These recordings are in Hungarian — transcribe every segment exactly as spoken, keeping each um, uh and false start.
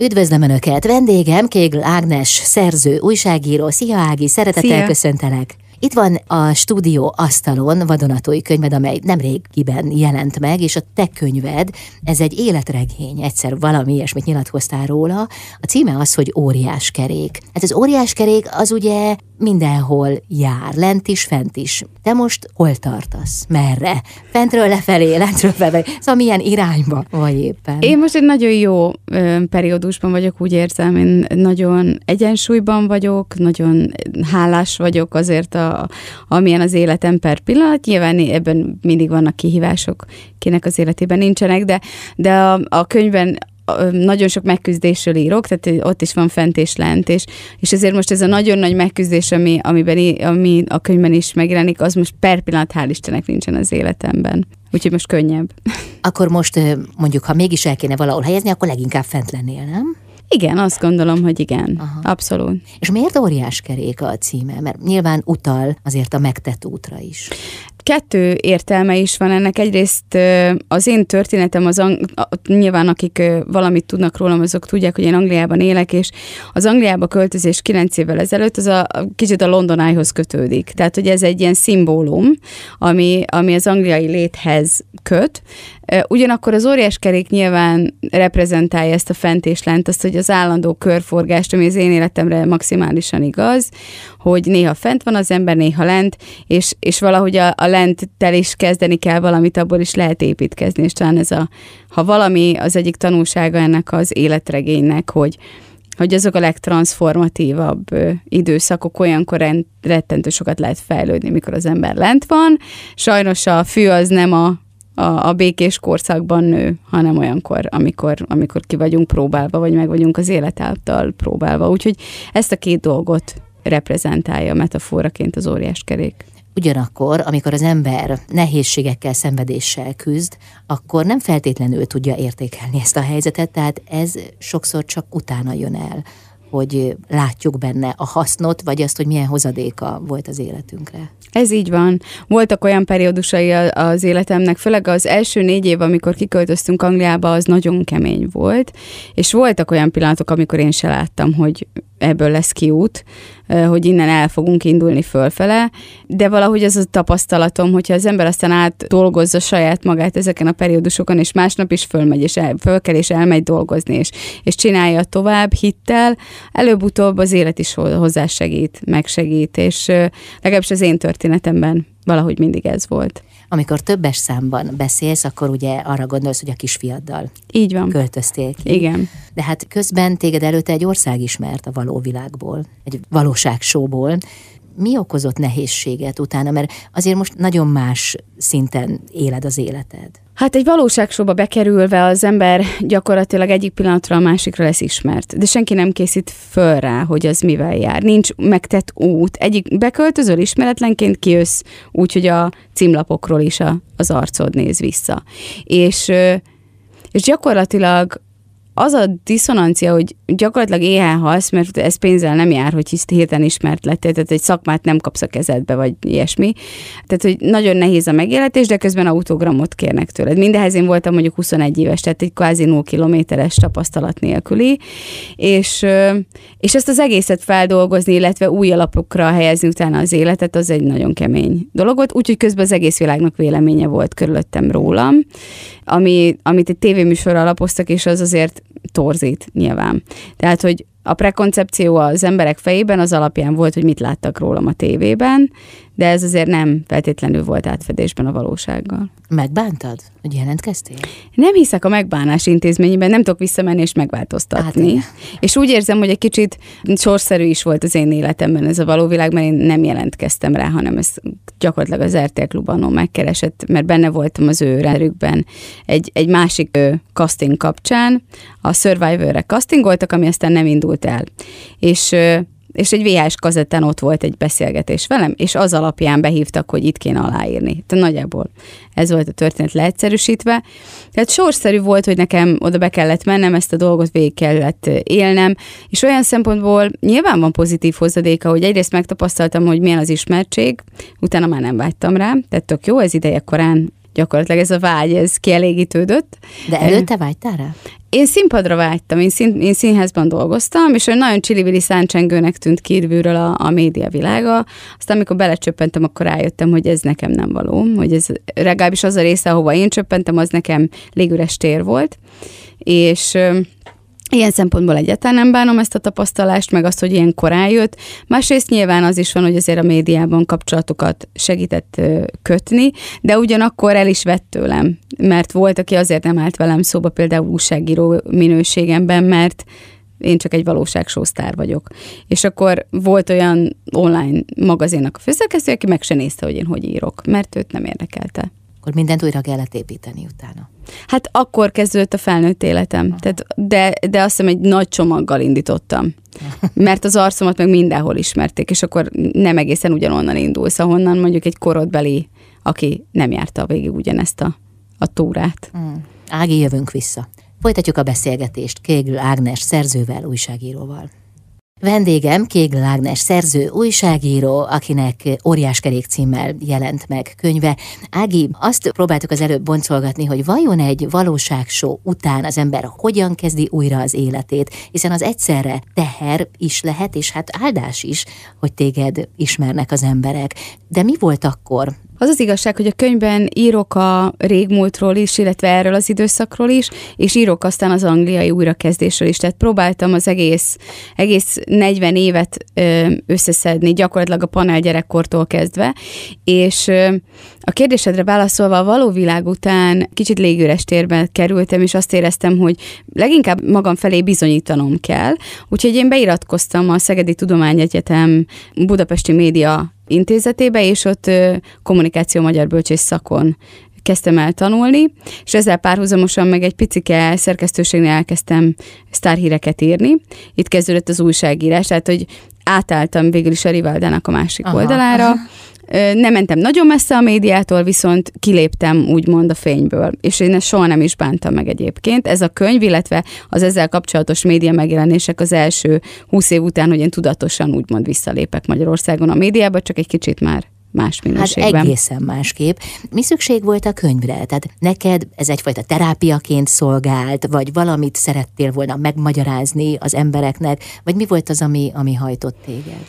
Üdvözlöm Önöket! Vendégem Kégl Ágnes, szerző, újságíró. Szia Ági, szeretettel Szia. Köszöntelek! Itt van a stúdió asztalon vadonatúj könyved, amely nemrégiben jelent meg, és a te könyved, ez egy életregény, egyszer valami ilyesmit nyilatkoztál róla. A címe az, hogy Óriáskerék. Hát az óriáskerék az ugye mindenhol jár, lent is, fent is. Te most hol tartasz? Merre? Fentről lefelé, lentről felfelé? Szóval milyen irányba vagy éppen? Én most egy nagyon jó ö, periódusban vagyok, úgy érzem. Én nagyon egyensúlyban vagyok, nagyon hálás vagyok azért, a, amilyen az életem per pillanat. Nyilván ebben mindig vannak kihívások, kinek az életében nincsenek, de, de a, a könyvben nagyon sok megküzdésről írok, tehát ott is van fent és lent, és, és ezért most ez a nagyon nagy megküzdés, ami, amiben, ami a könyvben is megjelenik, az most per pillanat, hál' Istennek nincsen az életemben. Úgyhogy most könnyebb. Akkor most mondjuk, ha mégis el kéne valahol helyezni, akkor leginkább fent lennél, nem? Igen, azt gondolom, hogy igen. Aha. Abszolút. És miért Óriáskerék a címe? Mert nyilván utal azért a megtett útra is. Kettő értelme is van ennek. Egyrészt az én történetem, az ang- nyilván akik valamit tudnak rólam, azok tudják, hogy én Angliában élek, és az Angliába költözés kilenc évvel ezelőtt, az a kicsit a London Eye-hoz kötődik. Tehát, hogy ez egy ilyen szimbólum, ami, ami az angliai léthez köt. Ugyanakkor az óriáskerék nyilván reprezentálja ezt a fent és lent, azt, hogy az állandó körforgást, ami az én életemre maximálisan igaz, hogy néha fent van az ember, néha lent, és, és valahogy a, a lenttel is kezdeni kell valamit, abból is lehet építkezni, és talán ez a, ha valami az egyik tanulsága ennek az életregénynek, hogy hogy azok a legtranszformatívabb időszakok, olyankor rettentő sokat lehet fejlődni, mikor az ember lent van. Sajnos a fű az nem a A, a békés korszakban nő, hanem olyankor, amikor, amikor ki vagyunk próbálva, vagy meg vagyunk az élet által próbálva. Úgyhogy ezt a két dolgot reprezentálja metaforaként az óriáskerék. Ugyanakkor, amikor az ember nehézségekkel, szenvedéssel küzd, akkor nem feltétlenül tudja értékelni ezt a helyzetet, tehát ez sokszor csak utána jön el, hogy látjuk benne a hasznot, vagy azt, hogy milyen hozadéka volt az életünkre. Ez így van. Voltak olyan periódusai az életemnek, főleg az első négy év, amikor kiköltöztünk Angliába, az nagyon kemény volt, és voltak olyan pillanatok, amikor én se láttam, hogy ebből lesz kiút, hogy innen el fogunk indulni fölfele, de valahogy az a tapasztalatom, hogyha az ember aztán átdolgozza saját magát ezeken a periódusokon, és másnap is fölmegy, és el, fölkel, és elmegy dolgozni, és, és csinálja tovább hittel, előbb-utóbb az élet is hozzásegít, megsegít, és legalábbis az én történetemben valahogy mindig ez volt. Amikor többes számban beszélsz, akkor ugye arra gondolsz, hogy a kisfiaddal így van. Költöztél ki. Igen. De hát közben téged előtte egy ország ismert a való világból, egy valóságsóból. Mi okozott nehézséget utána? Mert azért most nagyon más szinten éled az életed. Hát egy valóságsóba bekerülve az ember gyakorlatilag egyik pillanatra a másikra lesz ismert, de senki nem készít föl rá, hogy az mivel jár. Nincs megtett út. Egyik beköltözöl ismeretlenként, kijössz úgy, hogy a címlapokról is a, az arcod néz vissza. És, és gyakorlatilag az a diszonancia, hogy gyakorlatilag éhen halsz, mert ez pénzzel nem jár, hogy hisz hirtelen ismert lettél, tehát egy szakmát nem kapsz a kezedbe, vagy ilyesmi. Tehát, hogy nagyon nehéz a megélhetés, de közben autogramot kérnek tőled. Mindehez én voltam mondjuk huszonegy éves, tehát egy kvázi nulla kilométeres tapasztalat nélküli, és, és ezt az egészet feldolgozni, illetve új alapokra helyezni utána az életet, az egy nagyon kemény dolog volt, úgyhogy közben az egész világnak véleménye volt körülöttem rólam, ami, amit egy tévéműsorra alapoztak, és az azért torzít nyilván. Tehát, hogy a prekoncepció az emberek fejében az alapján volt, hogy mit láttak rólam a tévében, de ez azért nem feltétlenül volt átfedésben a valósággal. Megbántad, hogy jelentkeztél? Nem hiszek a megbánás intézményében, nem tudok visszamenni és megváltoztatni. Hát, és úgy érzem, hogy egy kicsit sorszerű is volt az én életemben ez a való világ, mert én nem jelentkeztem rá, hanem ez gyakorlatilag az er té el Klub annól megkeresett, mert benne voltam az ő rendszerükben egy, egy másik ő, casting kapcsán. A Survivor-re castingoltak, ami aztán nem indult el. És és egy vé há es kazettán ott volt egy beszélgetés velem, és az alapján behívtak, hogy itt kéne aláírni. Tehát nagyjából ez volt a történet leegyszerűsítve. Tehát sorszerű volt, hogy nekem oda be kellett mennem, ezt a dolgot végig kellett élnem, és olyan szempontból nyilván van pozitív hozadéka, hogy egyrészt megtapasztaltam, hogy milyen az ismertség, utána már nem vágytam rá, tehát tök jó, ez ideje korán gyakorlatilag ez a vágy, ez kielégítődött. De előtte vágytál rá? Én színpadra vágytam, én, szín, én színházban dolgoztam, és olyan nagyon csili-vili száncsengőnek tűnt kívülről a, a média világa. Aztán amikor belecsöppentem, akkor rájöttem, hogy ez nekem nem való, hogy ez legalábbis az a része, ahova én csöppentem, az nekem légüres tér volt. És ilyen szempontból egyáltalán nem bánom ezt a tapasztalást, meg azt, hogy ilyen korán jött. Másrészt nyilván az is van, hogy azért a médiában kapcsolatokat segített kötni, de ugyanakkor el is vett tőlem, mert volt, aki azért nem állt velem szóba, például újságíró minőségemben, mert én csak egy valóságshow sztár vagyok. És akkor volt olyan online magazinnak a főszerkesztő, aki meg se nézte, hogy én hogy írok, mert őt nem érdekelte. Akkor mindent újra kellett építeni utána. Hát akkor kezdődött a felnőtt életem. Tehát, de, de azt hiszem egy nagy csomaggal indítottam. Mert az arcomat meg mindenhol ismerték, és akkor nem egészen ugyanonnan indulsz, ahonnan mondjuk egy korodbeli, aki nem járta végig ugyanezt a, a túrát. Hmm. Ági, jövünk vissza. Folytatjuk a beszélgetést Kégl Ágnes szerzővel, újságíróval. Vendégem Kégl Ágnes szerző, újságíró, akinek Óriáskerék címmel jelent meg könyve. Ági, azt próbáltuk az előbb boncolgatni, hogy vajon egy valóságshow után az ember hogyan kezdi újra az életét, hiszen az egyszerre teher is lehet, és hát áldás is, hogy téged ismernek az emberek. De mi volt akkor? Az az igazság, hogy a könyvben írok a régmúltról is, illetve erről az időszakról is, és írok aztán az angliai újrakezdésről is. Tehát próbáltam az egész, egész negyven évet összeszedni, gyakorlatilag a panel gyerekkortól kezdve, és a kérdésedre válaszolva a való világ után kicsit légüres térben kerültem, és azt éreztem, hogy leginkább magam felé bizonyítanom kell. Úgyhogy én beiratkoztam a Szegedi Tudományegyetem Budapesti Média Intézetébe, és ott kommunikáció magyar bölcsész szakon kezdtem el tanulni, és ezzel párhuzamosan meg egy picike szerkesztőségnél elkezdtem sztárhíreket írni. Itt kezdődött az újságírás, tehát hogy átálltam végül is a Rivaldának a másik aha, oldalára. Aha. Nem mentem nagyon messze a médiától, viszont kiléptem úgymond a fényből, és én ezt soha nem is bántam meg egyébként. Ez a könyv, illetve az ezzel kapcsolatos média megjelenések az első húsz év után, hogy én tudatosan úgymond visszalépek Magyarországon a médiába, csak egy kicsit már más minőségben. Hát egészen másképp. Mi szükség volt a könyvre? Tehát neked ez egyfajta terápiaként szolgált, vagy valamit szerettél volna megmagyarázni az embereknek, vagy mi volt az, ami, ami hajtott téged?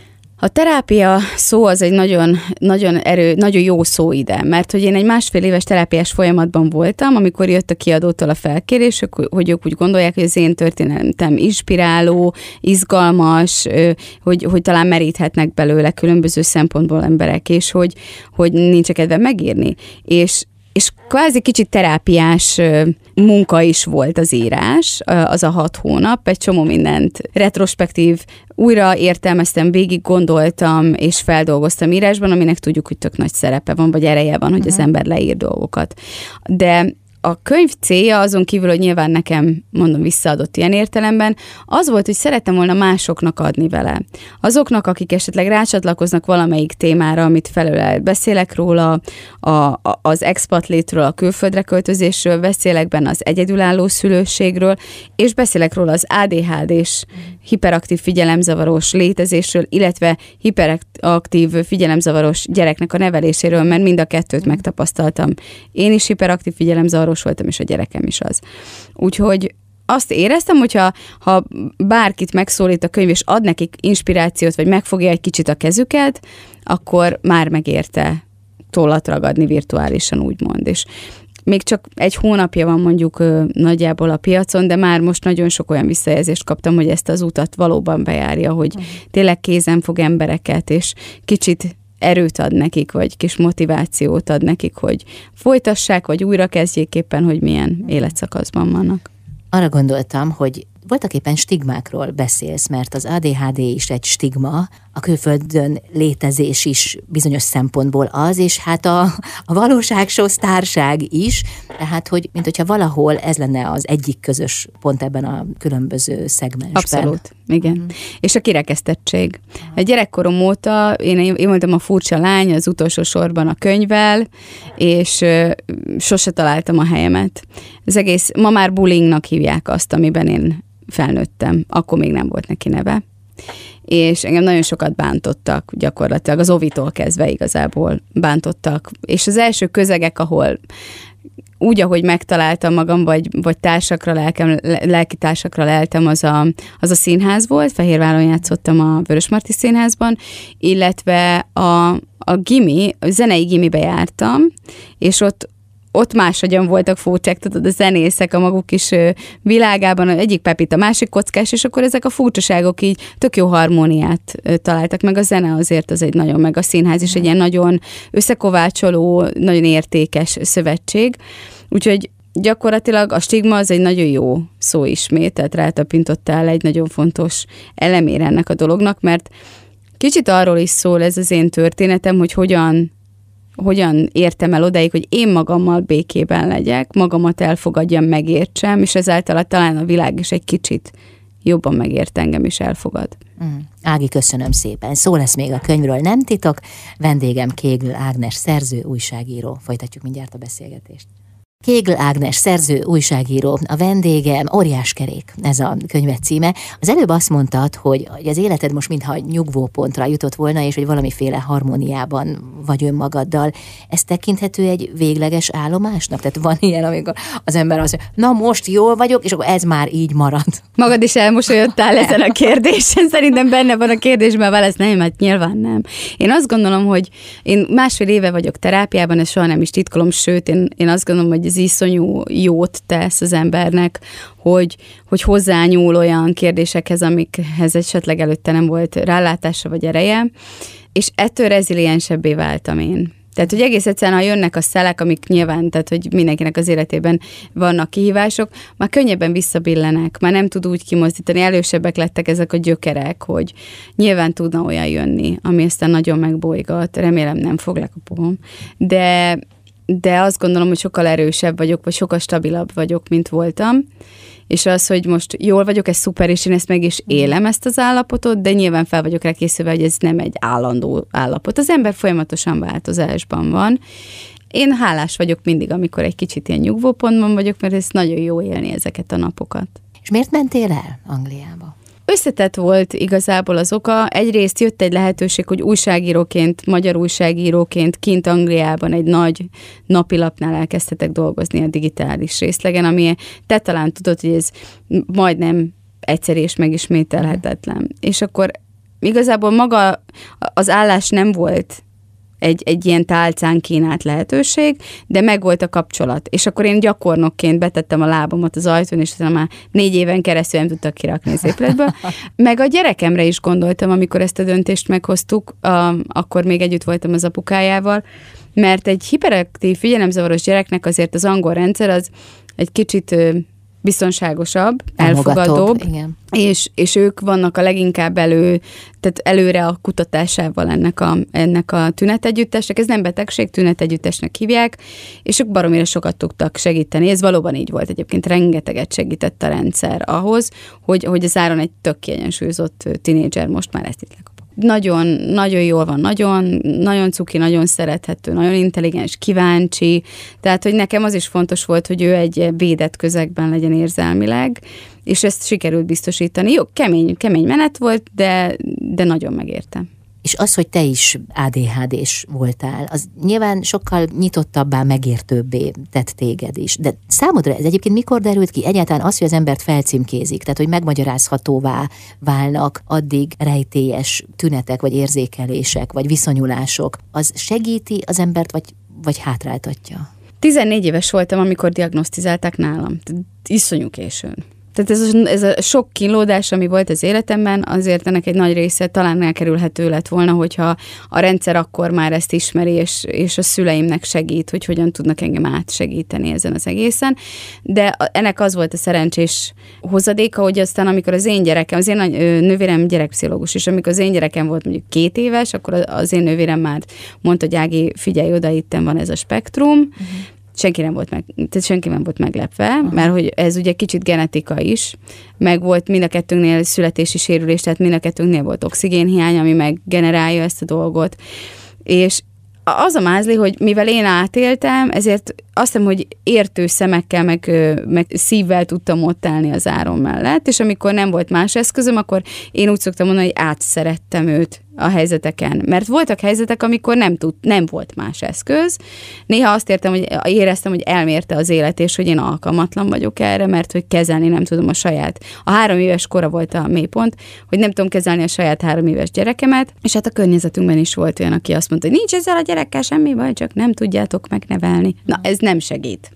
A terápia szó az egy nagyon, nagyon erő, nagyon jó szó ide, mert hogy én egy másfél éves terápiás folyamatban voltam, amikor jött a kiadótól a felkérés, hogy ők úgy gondolják, hogy az én történetem inspiráló, izgalmas, hogy, hogy talán meríthetnek belőle különböző szempontból emberek, és hogy, hogy nincs kedve megírni. És És kvázi kicsit terápiás munka is volt az írás, az a hat hónap, egy csomó mindent retrospektív, újra értelmeztem, végig gondoltam, és feldolgoztam írásban, aminek tudjuk, hogy tök nagy szerepe van, vagy ereje van, hogy uh-huh. az ember leír dolgokat. De a könyv célja azon kívül, hogy nyilván nekem, mondom, visszaadott ilyen értelemben, az volt, hogy szerettem volna másoknak adni vele. Azoknak, akik esetleg rácsatlakoznak valamelyik témára, amit felől beszélek róla, a, a, az expat létről, a külföldre költözésről, beszélek benne az egyedülálló szülőségről, és beszélek róla az á dé há dés hiperaktív figyelemzavaros létezésről, illetve hiperaktív figyelemzavaros gyereknek a neveléséről, mert mind a kettőt megtapasztaltam. Én is hiperaktív figyelemzavaros voltam, és a gyerekem is az. Úgyhogy azt éreztem, hogyha ha bárkit megszólít a könyv, és ad nekik inspirációt, vagy megfogja egy kicsit a kezüket, akkor már megérte tollat ragadni virtuálisan, úgymond. És még csak egy hónapja van mondjuk nagyjából a piacon, de már most nagyon sok olyan visszajelzést kaptam, hogy ezt az utat valóban bejárja, hogy tényleg kézen fog embereket, és kicsit erőt ad nekik, vagy kis motivációt ad nekik, hogy folytassák, vagy újra kezdjék éppen, hogy milyen életszakaszban vannak. Arra gondoltam, hogy voltak éppen stigmákról beszélsz, mert az á dé há dé is egy stigma, a külföldön létezés is bizonyos szempontból az, és hát a, a valóságshow sztárság is, tehát, hogy mint hogyha valahol ez lenne az egyik közös pont ebben a különböző szegmensben. Abszolút, igen. Mm. És a kirekesztettség. A gyerekkorom óta én, én voltam a furcsa lány az utolsó sorban a könyvvel, és ö, sose találtam a helyemet. Az egész, ma már bullyingnak hívják azt, amiben én felnőttem. Akkor még nem volt neki neve. és engem nagyon sokat bántottak gyakorlatilag, az óvitól kezdve igazából bántottak. És az első közegek, ahol úgy, ahogy megtaláltam magam, vagy, vagy társakra lelkem, lelki társakra leltem, az a, az a színház volt, Fehérváron játszottam a Vörösmarty Színházban, illetve a, a gimi, a zenei gimibe jártam, és ott ott máshogyan voltak furcsák, tudod, a zenészek a maguk kis világában, egyik pepit, a másik kockás, és akkor ezek a furcsaságok így tök jó harmóniát találtak, meg a zene azért az egy nagyon, meg a színház is egy ilyen nagyon összekovácsoló, nagyon értékes szövetség. Úgyhogy gyakorlatilag a stigma az egy nagyon jó szó ismét, tehát rátapintottál egy nagyon fontos elemére ennek a dolognak, mert kicsit arról is szól ez az én történetem, hogy hogyan hogyan értem el odáig, hogy én magammal békében legyek, magamat elfogadjam, megértsem, és ezáltal talán a világ is egy kicsit jobban megért engem, és elfogad. Mm. Ági, köszönöm szépen. Szó lesz még a könyvről, nem titok. Vendégem Kégl Ágnes, szerző, újságíró. Folytatjuk mindjárt a beszélgetést. Kégl Ágnes, szerző, újságíró, a vendégem, Óriáskerék, ez a könyvet címe. Az előbb azt mondtad, hogy az életed most mintha nyugvópontra jutott volna, és hogy valamiféle harmóniában vagy önmagaddal. Ez tekinthető egy végleges állomásnak? Tehát van ilyen, amikor az ember azt mondja, na most jól vagyok, és akkor ez már így marad. Magad is elmosolyodtál ezen a kérdésen, szerintem benne van a kérdésben a válasz, nem, hát nyilván nem. Én azt gondolom, hogy én másfél éve vagyok terápiában, ezt soha nem is titkolom, sőt, én, én azt gondolom, hogy ez iszonyú jót tesz az embernek, hogy, hogy hozzányúl olyan kérdésekhez, amikhez esetleg előtte nem volt rálátása vagy ereje, és ettől reziliensebbé váltam én. Tehát, hogy egész egyszerűen, ha jönnek a szelek, amik nyilván, tehát, hogy mindenkinek az életében vannak kihívások, már könnyebben visszabillenek, már nem tud úgy kimozdítani, elősebbek lettek ezek a gyökerek, hogy nyilván tudna olyan jönni, ami aztán nagyon megbolygat, remélem nem fog lekapom, de de azt gondolom, hogy sokkal erősebb vagyok, vagy sokkal stabilabb vagyok, mint voltam, és az, hogy most jól vagyok, ez szuper, és én ezt meg is élem, ezt az állapotot, de nyilván fel vagyok rá készülve, hogy ez nem egy állandó állapot. Az ember folyamatosan változásban van. Én hálás vagyok mindig, amikor egy kicsit ilyen nyugvópontban vagyok, mert ez nagyon jó élni ezeket a napokat. És miért mentél el Angliába? Összetett volt igazából az oka. Egyrészt jött egy lehetőség, hogy újságíróként, magyar újságíróként kint Angliában egy nagy napilapnál elkezdhetek dolgozni a digitális részlegen, ami te talán tudod, hogy ez majdnem egyszerű és megismételhetetlen. És akkor igazából maga az állás nem volt Egy, egy ilyen tálcán kínált lehetőség, de megvolt a kapcsolat. És akkor én gyakornokként betettem a lábamat az ajtón, és már négy éven keresztül nem tudtak kirakni az épületből. Meg a gyerekemre is gondoltam, amikor ezt a döntést meghoztuk, a, akkor még együtt voltam az apukájával, mert egy hiperaktív, figyelemzavaros gyereknek azért az angol rendszer az egy kicsit biztonságosabb, elfogadóbb, és, és ők vannak a leginkább elő, tehát előre a kutatásával ennek a, ennek a tünetegyüttesnek. Ez nem betegség, tünetegyüttesnek hívják, és ők baromira sokat tudtak segíteni. Ez valóban így volt egyébként, rengeteget segített a rendszer ahhoz, hogy, hogy az áron egy tök kiegyensúlyozott tinédzser most már ezt itt lekapott. Nagyon, nagyon jól van, nagyon, nagyon cuki, nagyon szerethető, nagyon intelligens, kíváncsi, tehát, hogy nekem az is fontos volt, hogy ő egy védett közegben legyen érzelmileg, és ezt sikerült biztosítani. Jó, kemény, kemény menet volt, de, de nagyon megértem. És az, hogy te is á dé há dés voltál, az nyilván sokkal nyitottabbá, megértőbbé tett téged is. De számodra ez egyébként mikor derült ki? Egyáltalán az, hogy az embert felcímkézik, tehát hogy megmagyarázhatóvá válnak addig rejtélyes tünetek, vagy érzékelések, vagy viszonyulások, az segíti az embert, vagy, vagy hátráltatja? tizennégy éves voltam, amikor diagnosztizálták nálam. Iszonyú későn. Tehát ez a, ez a sok kínlódás, ami volt az életemben, azért ennek egy nagy része talán elkerülhető lett volna, hogyha a rendszer akkor már ezt ismeri, és, és a szüleimnek segít, hogy hogyan tudnak engem átsegíteni ezen az egészen. De ennek az volt a szerencsés hozadéka, hogy aztán amikor az én gyerekem, az én nővérem gyerekpszichológus, és amikor az én gyerekem volt mondjuk két éves, akkor az én nővérem már mondta, hogy Ági, figyelj oda, itten van ez a spektrum, uh-huh. Senki nem volt meg, tehát senki nem volt meglepve, aha. Mert hogy ez ugye kicsit genetika is, meg volt mind a kettőnknél születési sérülés, tehát mind a kettőnknél volt oxigénhiány, ami meg generálja ezt a dolgot, és az a mázli, hogy mivel én átéltem, ezért azt hiszem, hogy értő szemekkel, meg, meg szívvel tudtam ott állni az Áron mellett, és amikor nem volt más eszközöm, akkor én úgy szoktam mondani, hogy átszerettem őt a helyzeteken. Mert voltak helyzetek, amikor nem, tud, nem volt más eszköz. Néha azt értem, hogy éreztem, hogy elmérte az élet, és hogy én alkalmatlan vagyok erre, mert hogy kezelni nem tudom a saját. A három éves kora volt a mélypont, hogy nem tudom kezelni a saját három éves gyerekemet, és hát a környezetünkben is volt olyan, aki azt mondta, hogy nincs ezzel a gyerekkel semmi baj, csak nem tudjátok megnevelni. Na, ez nem segít.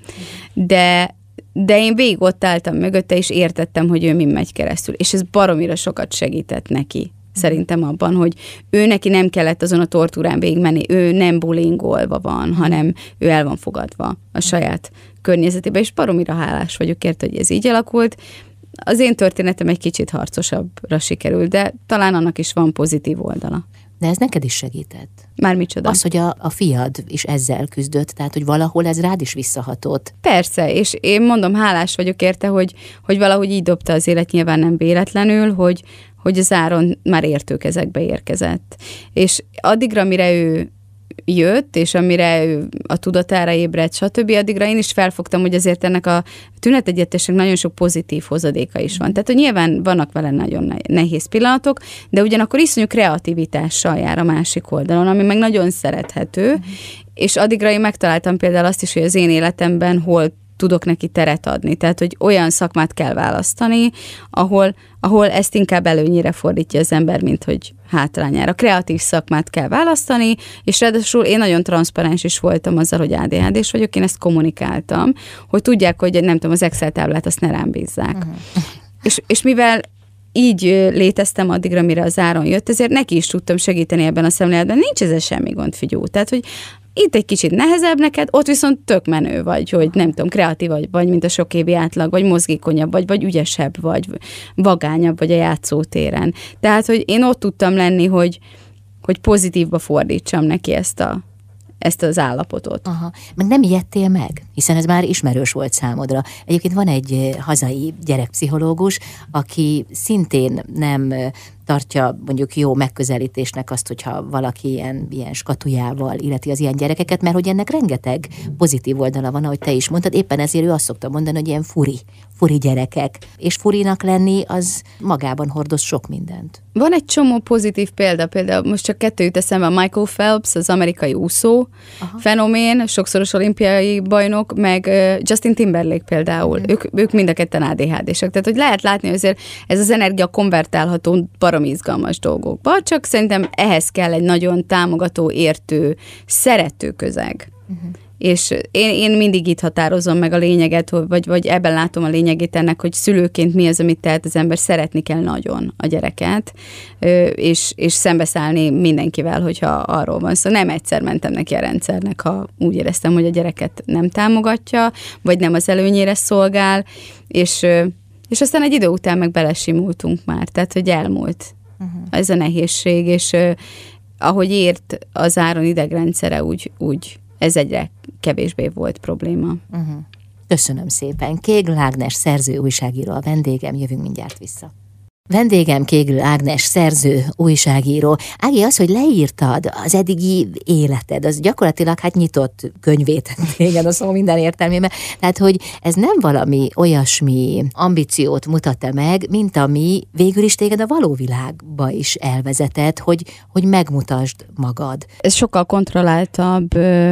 De De én végig ott álltam mögötte, és értettem, hogy ő min megy keresztül. És ez baromira sokat segített neki. Szerintem abban, hogy ő neki nem kellett azon a tortúrán végigmenni, ő nem bullyingolva van, hanem ő el van fogadva a saját környezetében, és baromira hálás vagyok érte, hogy ez így alakult. Az én történetem egy kicsit harcosabbra sikerült, de talán annak is van pozitív oldala. De ez neked is segített. Már micsoda? Az, hogy a, a fiad is ezzel küzdött, tehát hogy valahol ez rád is visszahatott. Persze, és én mondom, hálás vagyok érte, hogy, hogy valahogy így dobta az élet, nyilván nem véletlenül, hogy, hogy az Áron már értő kezekbe érkezett. És addigra, mire ő jött, és amire ő a tudatára ébredt, stb. Addigra én is felfogtam, hogy azért ennek a tünetegyetésnek nagyon sok pozitív hozadéka is van. Tehát, hogy nyilván vannak vele nagyon nehéz pillanatok, de ugyanakkor iszonyú kreativitással jár a másik oldalon, ami meg nagyon szerethető, mm. és addigra én megtaláltam például azt is, hogy az én életemben hol tudok neki teret adni. Tehát, hogy olyan szakmát kell választani, ahol, ahol ezt inkább előnyire fordítja az ember, mint hogy hátrányára. Kreatív szakmát kell választani, és ráadásul én nagyon transzparens is voltam azzal, hogy á dé há dés vagyok, én ezt kommunikáltam, hogy tudják, hogy nem tudom, az Excel táblát azt ne rám bízzák. Uh-huh. és, és mivel így léteztem addigra, mire az Áron jött, ezért neki is tudtam segíteni ebben a szemléletben. Nincs ezzel semmi gond, figyú. Tehát, hogy itt egy kicsit nehezebb neked, ott viszont tök menő vagy, hogy nem tudom, kreatív vagy, vagy mint a sok évi átlag, vagy mozgékonyabb vagy, vagy ügyesebb vagy, vagányabb vagy a játszótéren. Tehát, hogy én ott tudtam lenni, hogy, hogy pozitívba fordítsam neki ezt a ezt az állapotot. Aha. Meg nem ijedtél meg? Hiszen ez már ismerős volt számodra. Egyébként van egy hazai gyerekpszichológus, aki szintén nem tartja mondjuk jó megközelítésnek azt, hogyha valaki ilyen, ilyen skatujával illeti az ilyen gyerekeket, mert hogy ennek rengeteg pozitív oldala van, ahogy te is mondtad, éppen ezért ő azt szokta mondani, hogy ilyen furi, furi gyerekek. És furinak lenni, az magában hordoz sok mindent. Van egy csomó pozitív példa, például most csak kettő jut eszembe, Michael Phelps, az amerikai úszó Aha. fenomén, sokszoros olimpiai bajnok, meg Justin Timberlake például. Mm. Ők, ők mind a ketten á dé há dések. Tehát, hogy lehet látni, hogy azért ez az energia konvertálható baromi izgalmas dolgokba, csak szerintem ehhez kell egy nagyon támogató, értő, szerető közeg. Uh-huh. És én, én mindig itt határozom meg a lényeget, vagy, vagy ebben látom a lényegét ennek, hogy szülőként mi az, amit tehet az ember, szeretni kell nagyon a gyereket, és, és szembeszállni mindenkivel, hogyha arról van szó. Szóval nem egyszer mentem neki a rendszernek, ha úgy éreztem, hogy a gyereket nem támogatja, vagy nem az előnyére szolgál, és És aztán egy idő után meg belesimultunk már, tehát, hogy elmúlt uh-huh. ez a nehézség, és uh, ahogy ért az Áron idegrendszere, úgy, úgy ez egyre kevésbé volt probléma. Uh-huh. Köszönöm szépen. Kégl Ágnes, szerző, újságíró a vendégem, jövünk mindjárt vissza. Vendégem Kégl Ágnes, szerző, újságíró. Ági, az, hogy leírtad az eddigi életed, az gyakorlatilag hát nyitott könyvét téged a szó minden értelmében. Tehát, hogy ez nem valami olyasmi ambíciót mutat-e meg, mint ami végül is téged a való világba is elvezetett, hogy, hogy megmutasd magad. Ez sokkal kontrolláltabb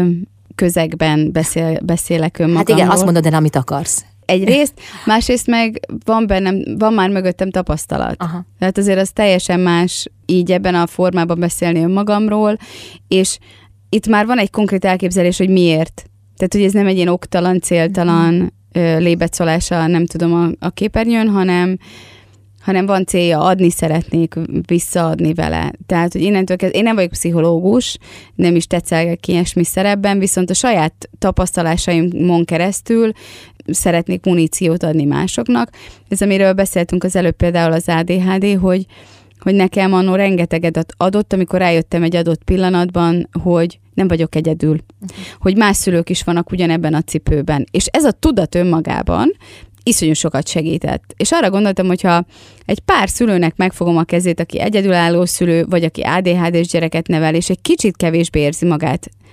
közegben beszél, beszélek önmagamról. Hát igen, azt mondod el, amit akarsz. Egyrészt, másrészt meg van bennem, van már mögöttem tapasztalat. Aha. Tehát azért az teljesen más így ebben a formában beszélni önmagamról, és itt már van egy konkrét elképzelés, hogy miért. Tehát, hogy ez nem egy ilyen oktalan, céltalan ö, lébecolása, nem tudom, a, a képernyőn, hanem hanem van célja, adni szeretnék, visszaadni vele. Tehát, hogy innentől kezdve, én nem vagyok pszichológus, nem is tetszelgek ilyesmi szerepben, viszont a saját tapasztalásaimon keresztül szeretnék muníciót adni másoknak. Ez, amiről beszéltünk az előbb például az á dé há dé, hogy, hogy nekem annó rengeteget adott, amikor rájöttem egy adott pillanatban, hogy nem vagyok egyedül. Uh-huh. Hogy más szülők is vannak ugyanebben a cipőben. És ez a tudat önmagában iszonyú sokat segített. És arra gondoltam, hogyha egy pár szülőnek megfogom a kezét, aki egyedülálló szülő, vagy aki á dé há dés gyereket nevel, és egy kicsit kevésbé érzi magát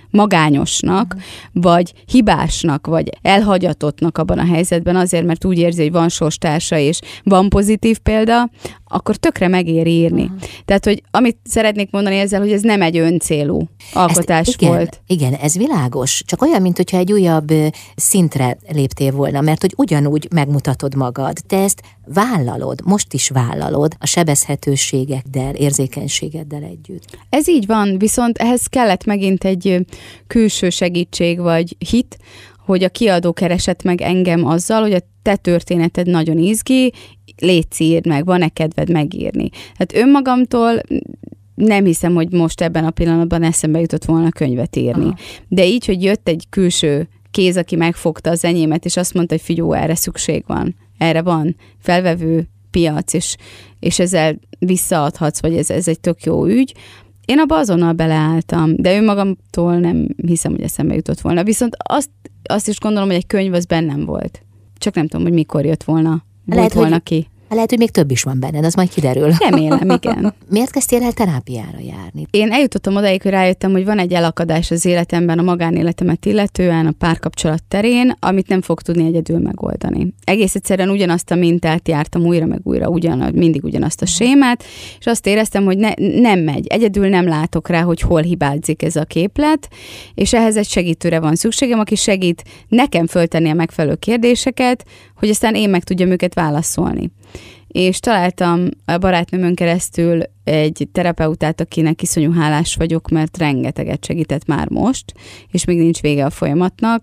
magányosnak, vagy hibásnak, vagy elhagyatottnak abban a helyzetben azért, mert úgy érzi, hogy van sorstársa és van pozitív példa, akkor tökre megér írni. Uh-huh. Tehát, hogy amit szeretnék mondani ezzel, hogy ez nem egy öncélú alkotás Ezt, igen, volt. Igen, ez világos. Csak olyan, mint hogyha egy újabb szintre léptél volna, mert hogy ugyanúgy megmutatod magad. Te ezt vállalod, most is vállalod a sebezhetőségeddel, érzékenységeddel együtt. Ez így van, viszont ehhez kellett megint egy külső segítség vagy hit, hogy a kiadó keresett meg engem azzal, hogy a te történeted nagyon izgi, légy írd meg, van-e kedved megírni. Hát önmagamtól nem hiszem, hogy most ebben a pillanatban eszembe jutott volna könyvet írni. Aha. De így, hogy jött egy külső kéz, aki megfogta az enyémet, és azt mondta, hogy figyó, erre szükség van. Erre van felvevő piac, és, és ezzel visszaadhatsz, vagy ez, ez egy tök jó ügy. Én abba azonnal beleálltam, de önmagamtól nem hiszem, hogy eszembe jutott volna. Viszont azt, azt is gondolom, hogy egy könyv az bennem volt. Csak nem tudom, hogy mikor jött volna. Lehet, volna hogy, ki. Lehet, hogy még több is van benned, az majd kiderül. Remélem, igen. Miért kezdtél el terápiára járni? Én eljutottam odaig, hogy rájöttem, hogy van egy elakadás az életemben, a magánéletemet illetően, a párkapcsolat terén, amit nem fog tudni egyedül megoldani. Egész egyszerűen ugyanazt a mintát jártam újra meg újra, ugyan, mindig ugyanazt a sémát, és azt éreztem, hogy ne, nem megy. Egyedül nem látok rá, hogy hol hibázik ez a képlet, és ehhez egy segítőre van szükségem, aki segít nekem föltenni a megfelelő kérdéseket, hogy aztán én meg tudjam őket válaszolni. És találtam a barátnőmön keresztül egy terapeutát, akinek iszonyú hálás vagyok, mert rengeteget segített már most, és még nincs vége a folyamatnak,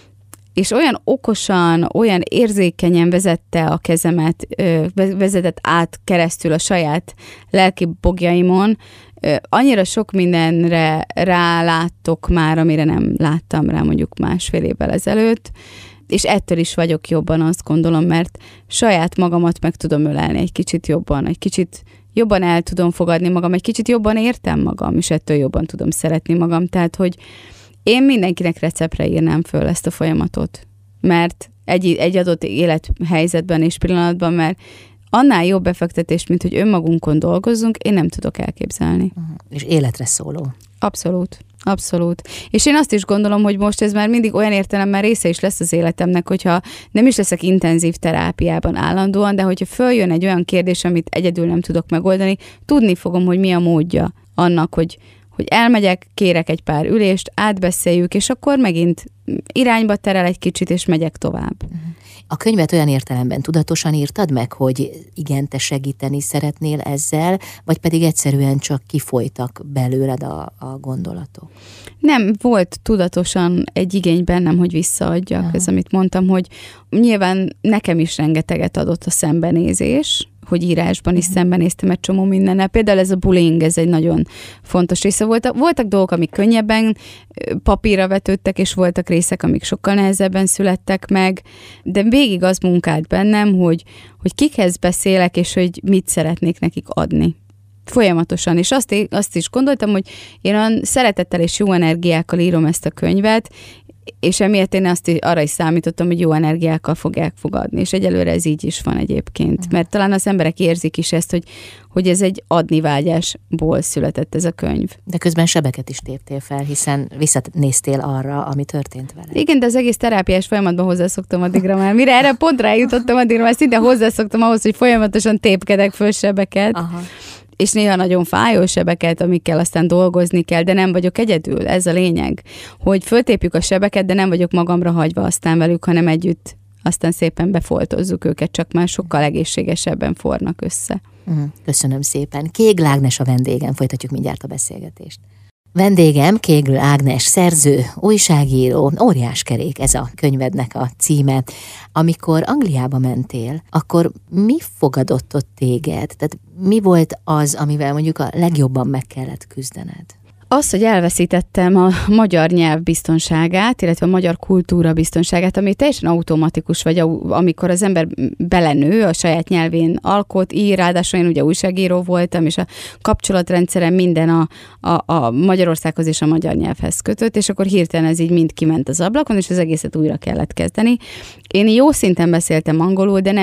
és olyan okosan, olyan érzékenyen vezette a kezemet, vezetett át keresztül a saját lelki bogjaimon, annyira sok mindenre ráláttok már, amire nem láttam rá mondjuk másfél évvel ezelőtt, és ettől is vagyok jobban, azt gondolom, mert saját magamat meg tudom ölelni egy kicsit jobban, egy kicsit jobban el tudom fogadni magam, egy kit jobban értem magam, és ettől jobban tudom szeretni magam. Tehát, hogy én mindenkinek receptre írnám föl ezt a folyamatot, mert egy, egy adott élethelyzetben és pillanatban, mert annál jobb befektetés, mint hogy önmagunkon dolgozzunk, én nem tudok elképzelni. Uh-huh. És életre szóló. Abszolút. Abszolút. És én azt is gondolom, hogy most ez már mindig olyan értelemben része is lesz az életemnek, hogyha nem is leszek intenzív terápiában állandóan, de hogyha följön egy olyan kérdés, amit egyedül nem tudok megoldani, tudni fogom, hogy mi a módja annak, hogy, hogy elmegyek, kérek egy pár ülést, átbeszéljük, és akkor megint irányba terel egy kicsit, és megyek tovább. A könyvet olyan értelemben tudatosan írtad meg, hogy igen, te segíteni szeretnél ezzel, vagy pedig egyszerűen csak kifolytak belőled a, a gondolatok? Nem, volt tudatosan egy igény bennem, hogy visszaadjak. Aha. Ez, amit mondtam, hogy nyilván nekem is rengeteget adott a szembenézés, hogy írásban is uh-huh. szembenéztem egy csomó mindennel. Például ez a bullying, ez egy nagyon fontos része volt. Voltak dolgok, amik könnyebben papírra vetődtek, és voltak részek, amik sokkal nehezebben születtek meg, de végig az munkált bennem, hogy, hogy kikhez beszélek, és hogy mit szeretnék nekik adni. Folyamatosan. És azt, azt is gondoltam, hogy én olyan szeretettel és jó energiákkal írom ezt a könyvet, és emiatt én azt arra is számítottam, hogy jó energiákkal fogják fogadni, és egyelőre ez így is van egyébként. Mert talán az emberek érzik is ezt, hogy, hogy ez egy adnivágyásból született ez a könyv. De közben sebeket is téptél fel, hiszen visszanéztél arra, ami történt vele. Igen, de az egész terápiás folyamatban hozzászoktam addigra már. Mire erre pontra eljutottam addigra, már szinte hozzászoktam ahhoz, hogy folyamatosan tépkedek föl sebeket. Aha. És néha nagyon fájó sebeket, amikkel aztán dolgozni kell, de nem vagyok egyedül, ez a lényeg, hogy föltépjük a sebeket, de nem vagyok magamra hagyva aztán velük, hanem együtt aztán szépen befoltozzuk őket, csak már sokkal egészségesebben fornak össze. Köszönöm szépen. Kégl Ágnes a vendégem, folytatjuk mindjárt a beszélgetést. Vendégem Kégl Ágnes, szerző, újságíró, Óriáskerék, ez a könyvednek a címe. Amikor Angliába mentél, akkor mi fogadott ott téged? Tehát mi volt az, amivel mondjuk a legjobban meg kellett küzdened? Az, hogy elveszítettem a magyar nyelv biztonságát, illetve a magyar kultúra biztonságát, ami teljesen automatikus, vagy amikor az ember belenő, a saját nyelvén alkot, ír, ráadásul én ugye újságíró voltam, és a kapcsolatrendszerem minden a, a, a Magyarországhoz és a magyar nyelvhez kötött, és akkor hirtelen ez így mind kiment az ablakon, és az egészet újra kellett kezdeni. Én jó szinten beszéltem angolul, de nem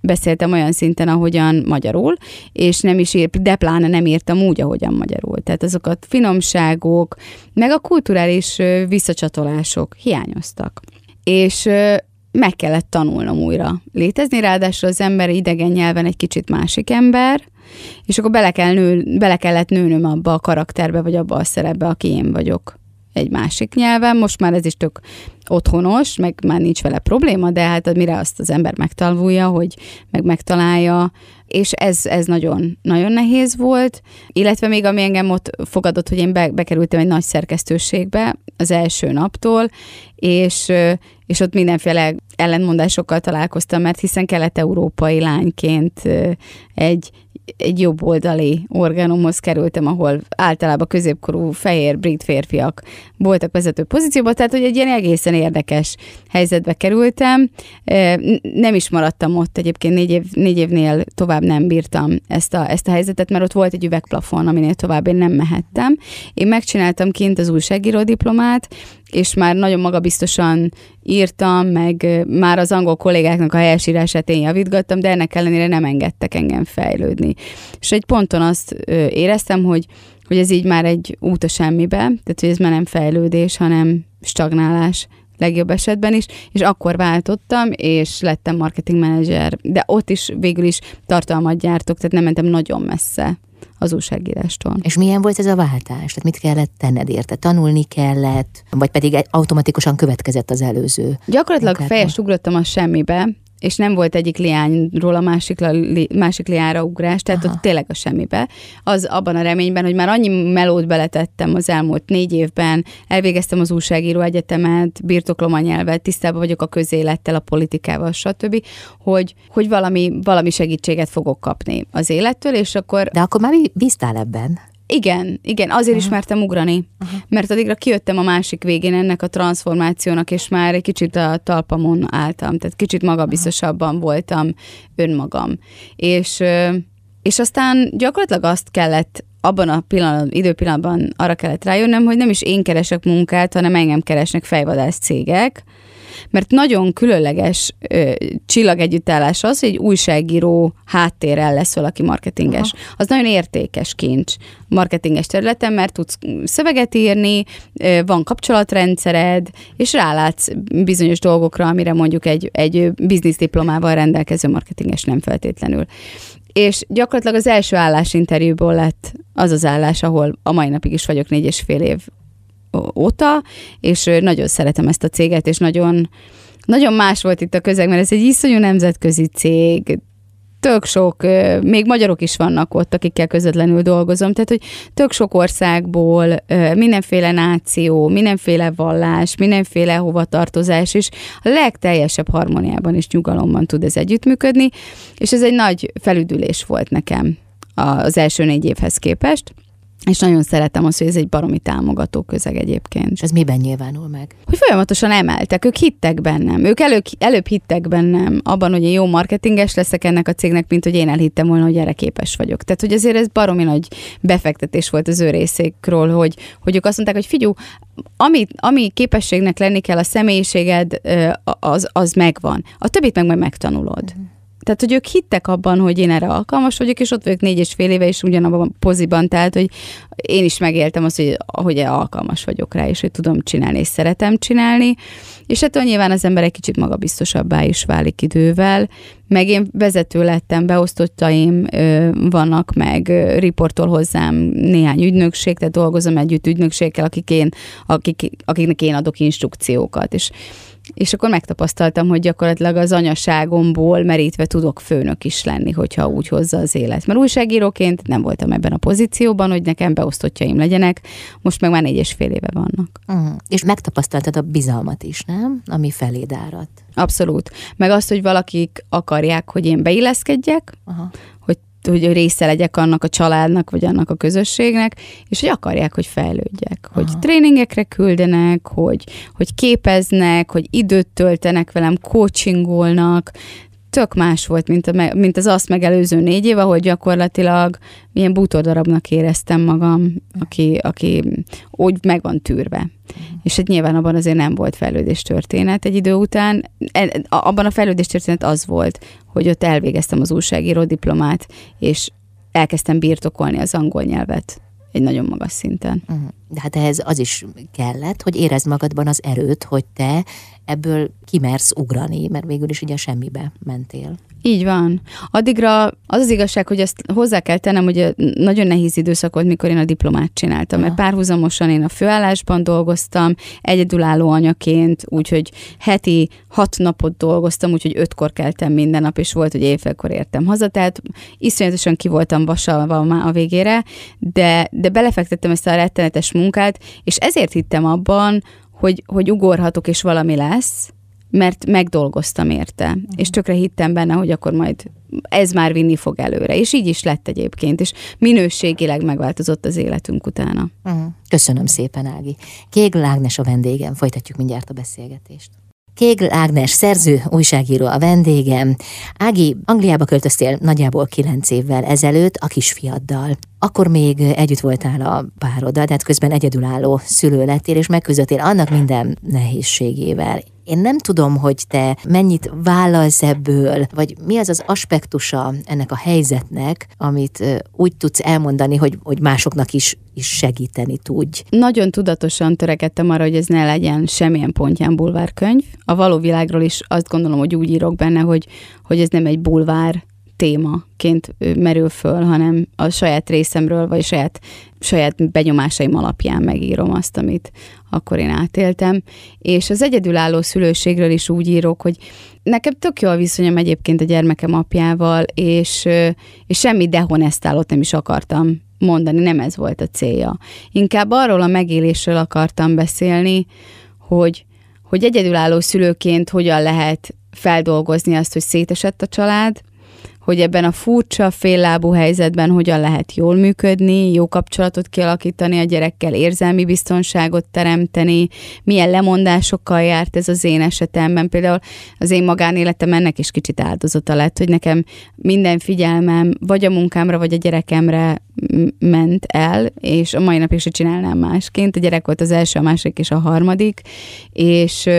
beszéltem olyan szinten, ahogyan magyarul, és nem is ír, de pláne nem írtam úgy, ahogyan magyarul. Tehát azok a finomságok, meg a kulturális visszacsatolások hiányoztak. És meg kellett tanulnom újra létezni, ráadásul az ember idegen nyelven egy kicsit másik ember, és akkor bele, kell nő, bele kellett nőnöm abba a karakterbe, vagy abba a szerepbe, aki én vagyok egy másik nyelven. Most már ez is tök otthonos, meg már nincs vele probléma, de hát mire azt az ember megtanulja, hogy meg megtalálja, és ez, ez nagyon, nagyon nehéz volt, illetve még ami engem ott fogadott, hogy én be, bekerültem egy nagy szerkesztőségbe az első naptól, és, és ott mindenféle ellentmondásokkal találkoztam, mert hiszen kelet-európai lányként egy egy jobboldali orgánumhoz kerültem, ahol általában középkorú fehér brit férfiak voltak vezető pozícióban, tehát hogy egy ilyen egészen érdekes helyzetbe kerültem. Nem is maradtam ott, egyébként négy, év, négy évnél tovább nem bírtam ezt a, ezt a helyzetet, mert ott volt egy üvegplafon, aminél tovább én nem mehettem. Én megcsináltam kint az újságíró diplomát, és már nagyon magabiztosan írtam, meg már az angol kollégáknak a helyesírását én javítgattam, de ennek ellenére nem engedtek engem fejlődni. És egy ponton azt éreztem, hogy, hogy ez így már egy út a semmibe, tehát hogy ez már nem fejlődés, hanem stagnálás legjobb esetben is, és akkor váltottam, és lettem marketing manager, de ott is végül is tartalmat gyártok, tehát nem mentem nagyon messze az újságírástól. És milyen volt ez a váltás? Tehát mit kellett tenned érte? Tanulni kellett, vagy pedig automatikusan következett az előző? Gyakorlatilag fejest ugrottam a semmibe, és nem volt egyik liányról a másik, li, másik liányra ugrás, tehát Aha. ott tényleg a semmibe. Az abban a reményben, hogy már annyi melót beletettem az elmúlt négy évben, elvégeztem az újságíró egyetemet, birtoklom a nyelvet, tisztában vagyok a közélettel, a politikával, stb., hogy, hogy valami, valami segítséget fogok kapni az élettől, és akkor... De akkor már bíztál ebben? Igen, igen, azért Aha. is mertem ugrani, Aha. mert addigra kijöttem a másik végén ennek a transformációnak, és már egy kicsit a talpamon álltam, tehát kicsit magabiztosabban Aha. voltam önmagam. És, és aztán gyakorlatilag azt kellett, abban a pillanat, időpillanatban arra kellett rájönnöm, hogy nem is én keresek munkát, hanem engem keresnek fejvadász cégek, mert nagyon különleges ö, csillagegyüttállás az, hogy egy újságíró háttérrel lesz valaki marketinges. Aha. Az nagyon értékes kincs marketinges területen, mert tudsz szöveget írni, ö, van kapcsolatrendszered, és rálátsz bizonyos dolgokra, amire mondjuk egy, egy bizniszdiplomával rendelkező marketinges nem feltétlenül. És gyakorlatilag az első állásinterjúból lett az az állás, ahol a mai napig is vagyok négy és fél év óta, és nagyon szeretem ezt a céget, és nagyon, nagyon más volt itt a közeg, mert ez egy iszonyú nemzetközi cég, tök sok, még magyarok is vannak ott, akikkel közvetlenül dolgozom, tehát, hogy tök sok országból, mindenféle náció, mindenféle vallás, mindenféle hovatartozás, és a legteljesebb harmóniában és nyugalomban tud ez együttműködni, és ez egy nagy felüdülés volt nekem az első négy évhez képest. És nagyon szeretem azt, hogy ez egy baromi támogató közeg egyébként. És ez miben nyilvánul meg? Hogy folyamatosan emeltek, ők hittek bennem. Ők elő, előbb hittek bennem abban, hogy én jó marketinges leszek ennek a cégnek, mint hogy én elhittem volna, hogy erre képes vagyok. Tehát, hogy azért ez baromi nagy befektetés volt az ő részékről, hogy, hogy ők azt mondták, hogy figyelj, ami, ami képességnek lenni kell, a személyiséged, az, az megvan. A többit meg majd megtanulod. Uh-huh. Tehát, hogy ők hittek abban, hogy én erre alkalmas vagyok, és ott vagyok négy és fél éve, és ugyanabban a poziban, tehát, hogy én is megéltem azt, hogy, hogy alkalmas vagyok rá, és hogy tudom csinálni, és szeretem csinálni, és ettől nyilván az ember egy kicsit magabiztosabbá is válik idővel, meg én vezető lettem, beosztottaim ö, vannak, meg ö, riportol hozzám néhány ügynökség, tehát dolgozom együtt ügynökségekkel, akik én, akik, akiknek én adok instrukciókat, és És akkor megtapasztaltam, hogy gyakorlatilag az anyaságomból merítve tudok főnök is lenni, hogyha úgy hozza az élet. Mert újságíróként nem voltam ebben a pozícióban, hogy nekem beosztottjaim legyenek, most meg már négy és fél éve vannak. Uh-huh. És megtapasztaltad a bizalmat is, nem? Ami feléd árat. Abszolút. Meg azt, hogy valakik akarják, hogy én beilleszkedjek, uh-huh. hogy hogy része legyek annak a családnak, vagy annak a közösségnek, és hogy akarják, hogy fejlődjek. Hogy Aha. tréningekre küldenek, hogy, hogy képeznek, hogy időt töltenek velem, coachingolnak. Tök más volt, mint, a, mint az azt megelőző négy év, ahol gyakorlatilag milyen bútordarabnak éreztem magam, aki, aki úgy meg van tűrve. És hát nyilván abban azért nem volt fejlődés történet egy idő után. Abban a fejlődés történet az volt, hogy ott elvégeztem az újságíró diplomát, és elkezdtem birtokolni az angol nyelvet egy nagyon magas szinten. De hát ehhez az is kellett, hogy érezd magadban az erőt, hogy te ebből kimersz ugrani, mert végül is ugye semmibe mentél. Így van. Addigra az az igazság, hogy ezt hozzá kell tennem, hogy nagyon nehéz időszak volt, mikor én a diplomát csináltam, mert párhuzamosan én a főállásban dolgoztam, egyedülálló anyaként, úgyhogy heti hat napot dolgoztam, úgyhogy ötkor keltem minden nap, és volt, hogy éjfélkor értem haza, tehát iszonyatosan ki voltam vasalva már a végére, de, de belefektettem ezt a rettenetes munkát, és ezért hittem abban, hogy, hogy ugorhatok, és valami lesz, mert megdolgoztam érte, uh-huh. és tökre hittem benne, hogy akkor majd ez már vinni fog előre, és így is lett egyébként, és minőségileg megváltozott az életünk utána. Uh-huh. Köszönöm szépen, Ági. Kégl Ágnes a vendégem, folytatjuk mindjárt a beszélgetést. Kégl Ágnes, szerző, újságíró a vendégem. Ági, Angliába költöztél nagyjából kilenc évvel ezelőtt a kisfiaddal. Akkor még együtt voltál a pároddal, de hát közben egyedülálló szülő lettél, és megküzdöttél annak minden nehézségével. Én nem tudom, hogy te mennyit vállalsz ebből, vagy mi az az aspektusa ennek a helyzetnek, amit úgy tudsz elmondani, hogy, hogy másoknak is, is segíteni tudj. Nagyon tudatosan törekedtem arra, hogy ez ne legyen semmilyen pontján bulvárkönyv. A való világról is azt gondolom, hogy úgy írok benne, hogy, hogy ez nem egy bulvár témaként merül föl, hanem a saját részemről, vagy saját, saját benyomásaim alapján megírom azt, amit akkor én átéltem. És az egyedülálló szülőségről is úgy írok, hogy nekem tök jó a viszonyom egyébként a gyermekem apjával, és, és semmi dehonestálót nem is akartam mondani, nem ez volt a célja. Inkább arról a megélésről akartam beszélni, hogy, hogy egyedülálló szülőként hogyan lehet feldolgozni azt, hogy szétesett a család, hogy ebben a furcsa, féllábú helyzetben hogyan lehet jól működni, jó kapcsolatot kialakítani a gyerekkel, érzelmi biztonságot teremteni, milyen lemondásokkal járt ez az én esetemben. Például az én magánéletem ennek is kicsit áldozata lett, hogy nekem minden figyelmem vagy a munkámra, vagy a gyerekemre ment el, és a mai napig se csinálnám másként. A gyerek volt az első, a második és a harmadik, és...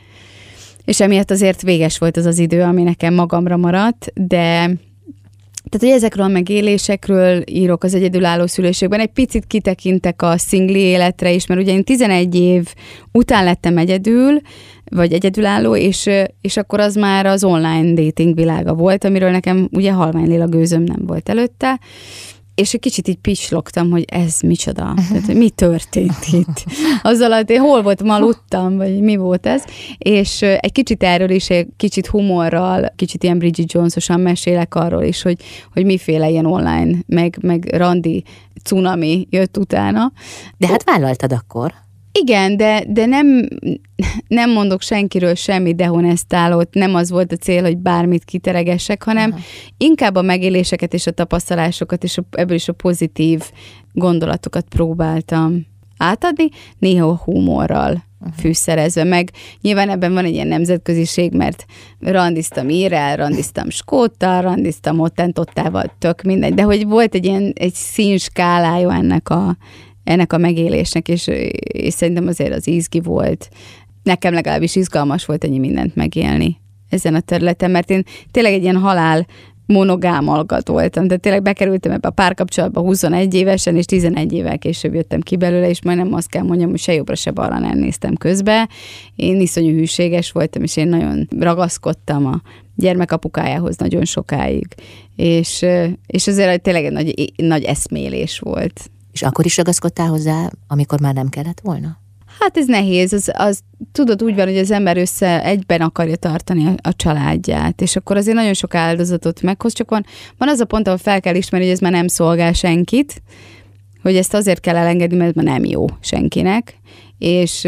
és emiatt azért véges volt az az idő, ami nekem magamra maradt, de tehát, hogy ezekről a megélésekről írok az egyedülálló szülőségben, egy picit kitekintek a szingli életre is, mert ugye én tizenegy év után lettem egyedül, vagy egyedülálló, és, és akkor az már az online dating világa volt, amiről nekem ugye halvány lila gőzöm nem volt előtte, és egy kicsit így pislogtam, hogy ez micsoda, tehát, hogy mi történt itt. Az alatt én hol voltam, aludtam, vagy mi volt ez, és egy kicsit erről is, egy kicsit humorral, kicsit ilyen Bridget Jones-osan mesélek arról is, hogy, hogy miféle ilyen online, meg, meg randi cunami jött utána. De hát vállaltad akkor. Igen, de, de nem, nem mondok senkiről semmi dehonestálót, nem az volt a cél, hogy bármit kiteregessek, hanem Aha. inkább a megéléseket és a tapasztalásokat, és a, ebből is a pozitív gondolatokat próbáltam átadni, néha a humorral Aha. fűszerezve, meg nyilván ebben van egy ilyen nemzetköziség, mert randiztam írrel, randiztam skóttal, randiztam hottentottával, tök mindegy, de hogy volt egy ilyen egy színskálája ennek a ennek a megélésnek, és, és szerintem azért az izgi volt. Nekem legalábbis izgalmas volt ennyi mindent megélni ezen a területen, mert én tényleg egy ilyen halál monogám alkat voltam, de tényleg bekerültem ebbe a párkapcsolatba huszonegy évesen, és tizenegy évvel később jöttem ki belőle, és majdnem azt kell mondjam, hogy se jobbra, se balra nem néztem közbe. Én iszonyú hűséges voltam, és én nagyon ragaszkodtam a gyermekapukájához nagyon sokáig, és, és azért tényleg egy nagy, nagy eszmélés volt. És akkor is ragaszkodtál hozzá, amikor már nem kellett volna? Hát ez nehéz, az, az tudod úgy van, hogy az ember össze egyben akarja tartani a, a családját, és akkor azért nagyon sok áldozatot meghoz, csak van, van az a pont, ahol fel kell ismerni, hogy ez már nem szolgál senkit, hogy ezt azért kell elengedni, mert ez már nem jó senkinek, és,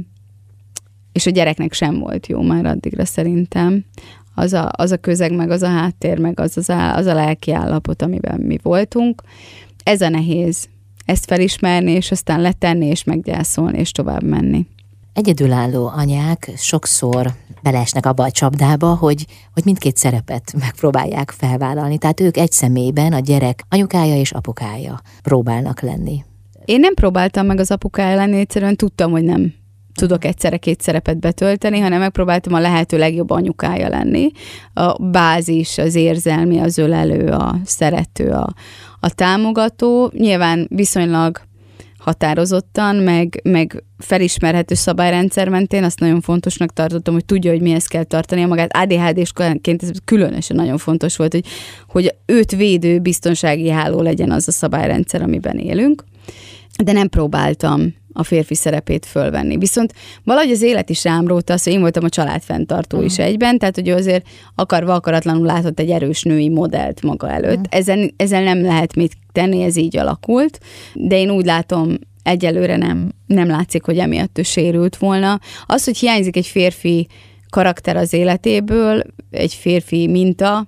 és a gyereknek sem volt jó már addigra szerintem. Az a, az a közeg, meg az a háttér, meg az, az, a, az a lelki állapot, amiben mi voltunk. Ez a nehéz. Ezt felismerni, és aztán letenni, és meggyászolni, és tovább menni. Egyedülálló anyák sokszor beleesnek abba a csapdába, hogy, hogy mindkét szerepet megpróbálják felvállalni. Tehát ők egy személyben, a gyerek anyukája és apukája próbálnak lenni. Én nem próbáltam meg az apukája lenni, egyszerűen tudtam, hogy nem tudok egyszerre két szerepet betölteni, hanem megpróbáltam a lehető legjobb anyukája lenni. A bázis, az érzelmi, az ölelő, a szerető, a, a támogató. Nyilván viszonylag határozottan, meg, meg felismerhető szabályrendszer mentén, azt nagyon fontosnak tartottam, hogy tudja, hogy mihez kell tartania magát. á dé há dés-ként ez különösen nagyon fontos volt, hogy, hogy őt védő biztonsági háló legyen az a szabályrendszer, amiben élünk. De nem próbáltam a férfi szerepét fölvenni. Viszont valahogy az élet is rám róta az, hogy én voltam a családfenntartó uh-huh. is egyben, tehát hogy azért akarva akaratlanul látott egy erős női modellt maga előtt. Uh-huh. Ezen, ezen nem lehet mit tenni, ez így alakult, de én úgy látom, egyelőre nem, nem látszik, hogy emiatt ő sérült volna. Az, hogy hiányzik egy férfi karakter az életéből, egy férfi minta,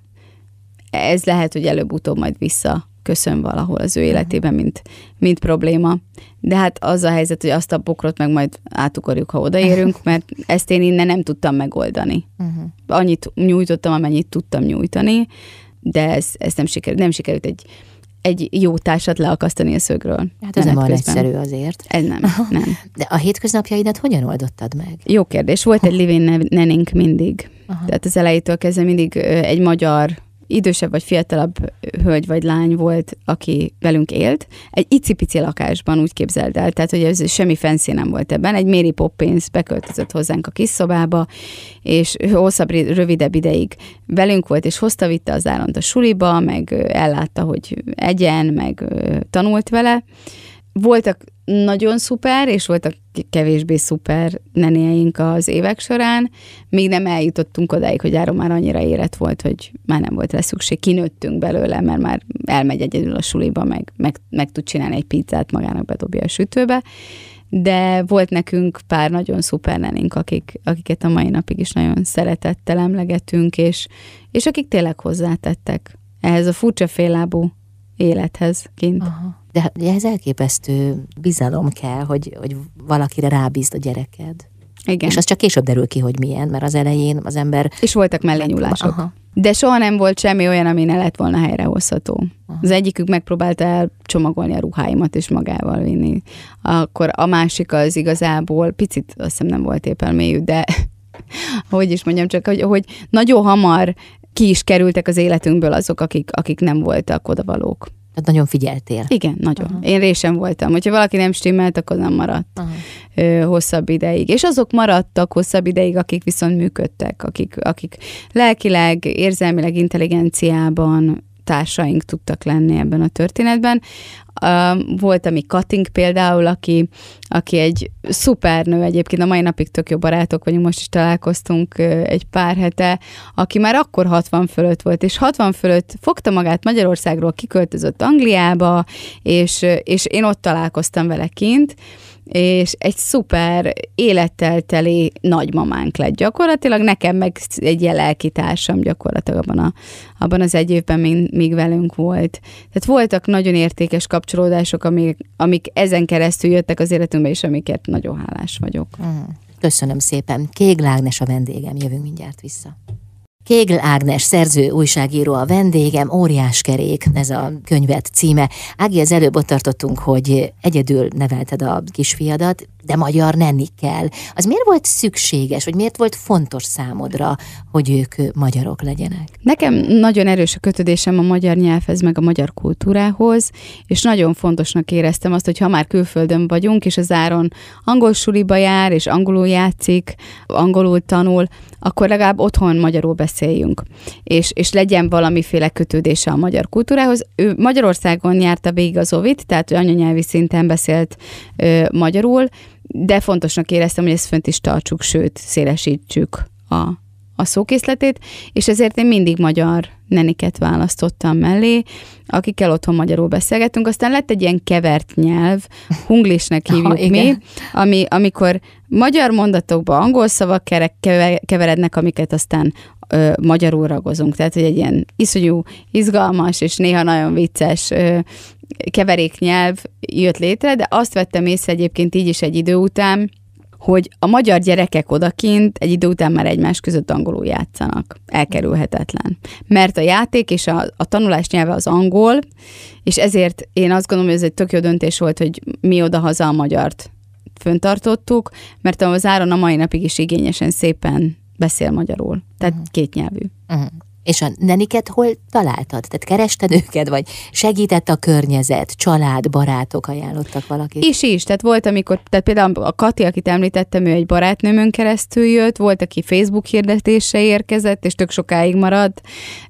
ez lehet, hogy előbb-utóbb majd vissza köszön valahol az ő életében, mint, mint probléma. De hát az a helyzet, hogy azt a pokrot meg majd átugorjuk, ha odaérünk, mert ezt én innen nem tudtam megoldani. Uh-huh. Annyit nyújtottam, amennyit tudtam nyújtani, de ez, ez nem sikerült, nem sikerült egy, egy jó társat leakasztani a szögről. Hát ez nem olyan egyszerű azért. Ez nem, nem. De a hétköznapjaidat hogyan oldottad meg? Jó kérdés. Volt egy living nenink mindig. Aha. Tehát az elejétől kezdve mindig egy magyar idősebb vagy fiatalabb hölgy vagy lány volt, aki velünk élt. Egy icipici lakásban, úgy képzeld el, tehát hogy ez semmi fancy nem volt ebben. Egy Mary Poppins beköltözött hozzánk a kis szobába, és hosszabb, rövidebb ideig velünk volt, és hozta, vitte az Áront a suliba, meg ellátta, hogy egyen, meg tanult vele. Voltak nagyon szuper, és voltak kevésbé szuper nenéjeink az évek során, még nem eljutottunk odáig, hogy Áron már annyira érett volt, hogy már nem volt rá szükség. Kinőttünk belőle, mert már elmegy egyedül a suliba, meg, meg, meg tud csinálni egy pizzát, magának bedobja a sütőbe. De volt nekünk pár nagyon szuper nenénk, akik, akiket a mai napig is nagyon szeretettel emlegetünk, és, és akik tényleg hozzátettek ehhez a furcsa féllábú élethez kint. Aha. De ez elképesztő bizalom kell, hogy, hogy valakire rábízd a gyereked. Igen. És az csak később derül ki, hogy milyen, mert az elején az ember... És voltak mellényúlások. Aha. De soha nem volt semmi olyan, ami ne lett volna helyrehozható. Aha. Az egyikük megpróbálta elcsomagolni a ruháimat és magával vinni. Akkor a másik az igazából, picit azt hiszem nem volt épp elmélyű, de hogy is mondjam, csak hogy, hogy nagyon hamar ki is kerültek az életünkből azok, akik, akik nem voltak odavalók. Tehát nagyon figyeltél. Igen, nagyon. Aha. Én résem voltam. Hogyha valaki nem stimmelt, akkor nem maradt ö, hosszabb ideig. És azok maradtak hosszabb ideig, akik viszont működtek, akik, akik lelkileg, érzelmileg, intelligenciában társaink tudtak lenni ebben a történetben. Uh, volt a mi Kating például, aki, aki egy szuper nő, egyébként a mai napig tök jó barátok vagyunk, most is találkoztunk uh, egy pár hete, aki már akkor hatvan fölött volt, és hatvan fölött fogta magát Magyarországról, kiköltözött Angliába, és, és én ott találkoztam vele kint, és egy szuper élettel teli nagymamánk lett gyakorlatilag, nekem meg egy ilyen lelkitársam gyakorlatilag abban, a, abban az egy évben, míg, míg velünk volt. Tehát voltak nagyon értékes kapcsolódások, amik, amik ezen keresztül jöttek az életünkbe, és amiket nagyon hálás vagyok. Köszönöm szépen. Kégl Ágnes a vendégem, jövünk mindjárt vissza. Kégl Ágnes, szerző, újságíró a vendégem, Óriáskerék, ez a könyvet címe. Ági, az előbb ott tartottunk, hogy egyedül nevelted a kisfiadat, de magyar nenni kell. Az miért volt szükséges, vagy miért volt fontos számodra, hogy ők magyarok legyenek? Nekem nagyon erős a kötődésem a magyar nyelvhez, meg a magyar kultúrához, és nagyon fontosnak éreztem azt, hogy ha már külföldön vagyunk, és az Áron angol suliba jár, és angolul játszik, angolul tanul, akkor legalább otthon magyarul beszéljünk, és, és legyen valamiféle kötődése a magyar kultúrához. Ő Magyarországon járta végig az ovit, tehát ő anyanyelvi szinten beszélt ö, magyarul, de fontosnak éreztem, hogy ezt fönt is tartsuk, sőt, szélesítsük a, a szókészletét, és ezért én mindig magyar neniket választottam mellé, akikkel otthon magyarul beszélgettünk. Aztán lett egy ilyen kevert nyelv, hunglisnek hívjuk Aha, mi, ami, amikor magyar mondatokban angol szavak keverednek, amiket aztán ö, magyarul ragozunk. Tehát, hogy egy ilyen iszonyú, izgalmas és néha nagyon vicces ö, keveréknyelv jött létre, de azt vettem észre egyébként így is egy idő után, hogy a magyar gyerekek odakint egy idő után már egymás között angolul játszanak. Elkerülhetetlen. Mert a játék és a, a tanulás nyelve az angol, és ezért én azt gondolom, hogy ez egy tök jó döntés volt, hogy mi odahaza a magyart föntartottuk, mert az Áron a mai napig is igényesen szépen beszél magyarul. Tehát uh-huh. kétnyelvű. Uh-huh. És a neniket hol találtad? Tehát kerested őket, vagy segített a környezet, család, barátok ajánlottak valakit? Is is, tehát volt, amikor, tehát például a Kati, akit említettem, ő egy barátnőmön keresztül jött, volt, aki Facebook hirdetésre érkezett, és tök sokáig maradt,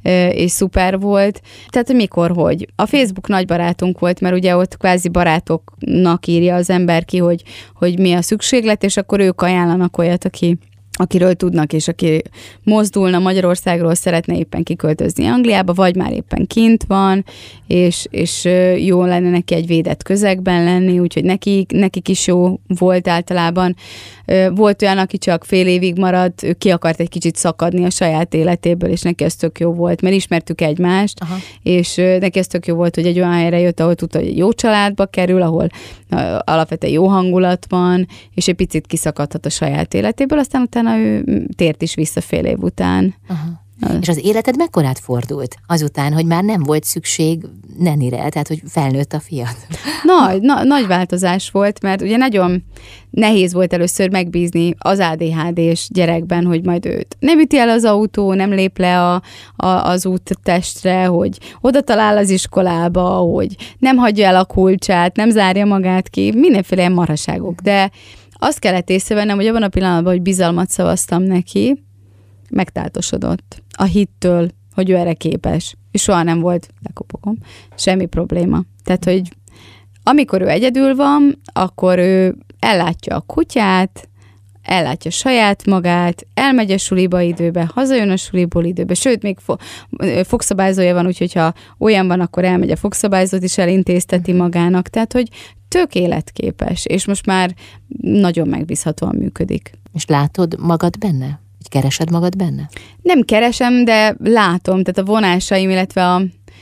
és szuper volt. Tehát, hogy mikor, hogy. A Facebook nagy barátunk volt, mert ugye ott kvázi barátoknak írja az ember ki, hogy, hogy mi a szükséglet, és akkor ők ajánlanak olyat, aki akiről tudnak, és aki mozdulna Magyarországról, szeretne éppen kiköltözni Angliába, vagy már éppen kint van, és, és jó lenne neki egy védett közegben lenni, úgyhogy neki, nekik is jó volt általában. Volt olyan, aki csak fél évig maradt, ő ki akart egy kicsit szakadni a saját életéből, és neki ez tök jó volt, mert ismertük egymást, aha. és neki ez tök jó volt, hogy egy olyan helyre jött, ahol tudta, hogy egy jó családba kerül, ahol alapvetően jó hangulat van, és egy picit kiszakadhat a saját életéből, aztán utána ő tért is vissza fél év után. Aha. És az életed mekkorát fordult? Azután, hogy már nem volt szükség nenire, tehát hogy felnőtt a fiad. Nagy, na, nagy változás volt, mert ugye nagyon nehéz volt először megbízni az á dé há dés gyerekben, hogy majd őt nem üti el az autó, nem lép le a, a, az úttestre, hogy oda talál az iskolába, hogy nem hagyja el a kulcsát, nem zárja magát ki, mindenféle ilyen marhaságok. De azt kellett észrevennem, hogy abban a pillanatban, hogy bizalmat szavaztam neki, megtáltosodott a hittől, hogy ő erre képes. És soha nem volt, lekopogom, semmi probléma. Tehát, hogy amikor ő egyedül van, akkor ő ellátja a kutyát, ellátja saját magát, elmegy a suliba időbe, hazajön a suliból időbe, sőt, még fo- fogszabályzója van, úgyhogy ha olyan van, akkor elmegy a fogszabályzót is elintézteti magának. Tehát, hogy tök életképes, és most már nagyon megbízhatóan működik. És látod magad benne? Keresed magad benne? Nem keresem, de látom, tehát a vonásaim, illetve a,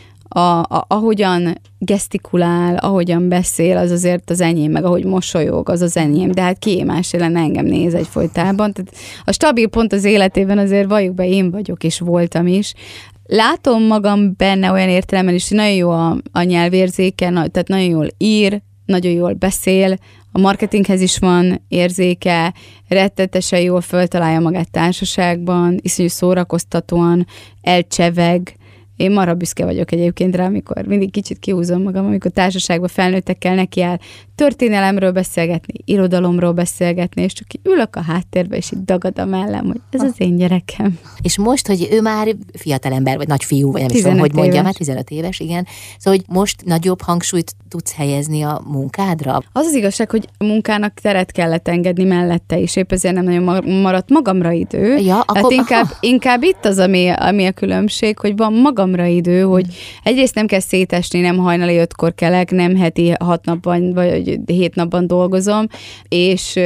a, a, ahogyan gesztikulál, ahogyan beszél, az azért az enyém, meg ahogy mosolyog, az az enyém, de hát ki más lenne engem néz egyfolytában. Tehát a stabil pont az életében azért valljuk be, én vagyok, és voltam is. Látom magam benne olyan értelemben is, hogy nagyon jó a, a nyelvérzéke, tehát nagyon jól ír, nagyon jól beszél, a marketinghez is van érzéke, rettetesen jól föltalálja magát társaságban, iszonyú szórakoztatóan, elcseveg. Én marha büszke vagyok egyébként rá, amikor mindig kicsit kihúzom magam, amikor társaságban felnőttekkel nekiáll történelemről beszélgetni, irodalomról beszélgetni, és csak ülök a háttérbe, és így dagad a mellem, hogy ez az én gyerekem. És most, hogy ő már fiatalember, vagy nagyfiú, vagy nem is tudom, hogy mondja, már tizenöt éves, igen. Szóval, hogy most nagyobb hangsúlyt tudsz helyezni a munkádra? Az az igazság, hogy a munkának teret kellett engedni mellette, és épp ezért nem nagyon maradt magamra idő. Ja, akkor, hát inkább, inkább itt az, ami, ami a különbség, hogy van magamra idő, hogy egyrészt nem kell szétesni, nem hajnali ötkor kelek, nem heti hat napban, vagy hét napban dolgozom, és,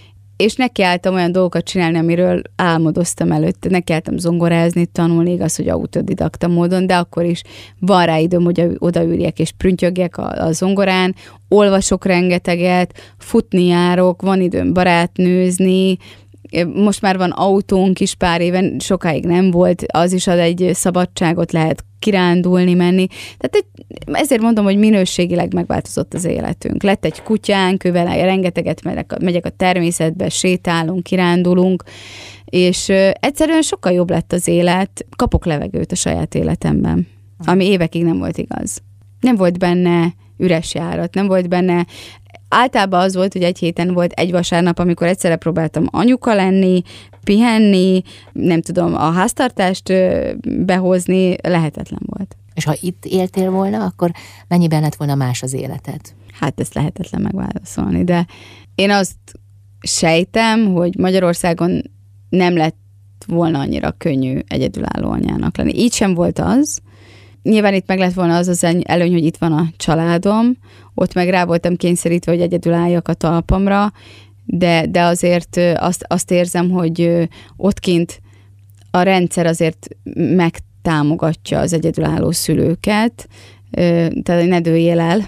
és nekiálltam olyan dolgokat csinálni, amiről álmodoztam előtte. Nekiálltam zongorázni, tanulni, igaz, hogy autodidakta módon, de akkor is van rá időm, hogy odaüljek és prüntjögjek a, a zongorán, olvasok rengeteget, futni járok, van időm barátnőzni, most már van autónk is pár éven, sokáig nem volt, az is ad egy szabadságot, lehet kirándulni, menni. Tehát egy, ezért mondom, hogy minőségileg megváltozott az életünk. Lett egy kutyánk, ővel rengeteget megyek, megyek a természetbe, sétálunk, kirándulunk, és egyszerűen sokkal jobb lett az élet. Kapok levegőt a saját életemben, ami évekig nem volt igaz. Nem volt benne üres járat, nem volt benne. Általában az volt, hogy egy héten volt egy vasárnap, amikor egyszerre próbáltam anyuka lenni, pihenni, nem tudom, a háztartást behozni, lehetetlen volt. És ha itt éltél volna, akkor mennyiben lett volna más az életed? Hát ezt lehetetlen megválaszolni, de én azt sejtem, hogy Magyarországon nem lett volna annyira könnyű egyedülálló anyának lenni. Így sem volt az. Nyilván itt meg lett volna az az előny, hogy itt van a családom, ott meg rá voltam kényszerítve, hogy egyedül álljak a talpamra, de, de azért azt, azt érzem, hogy ott kint a rendszer azért megtámogatja az egyedülálló szülőket, tehát ne dőljél el,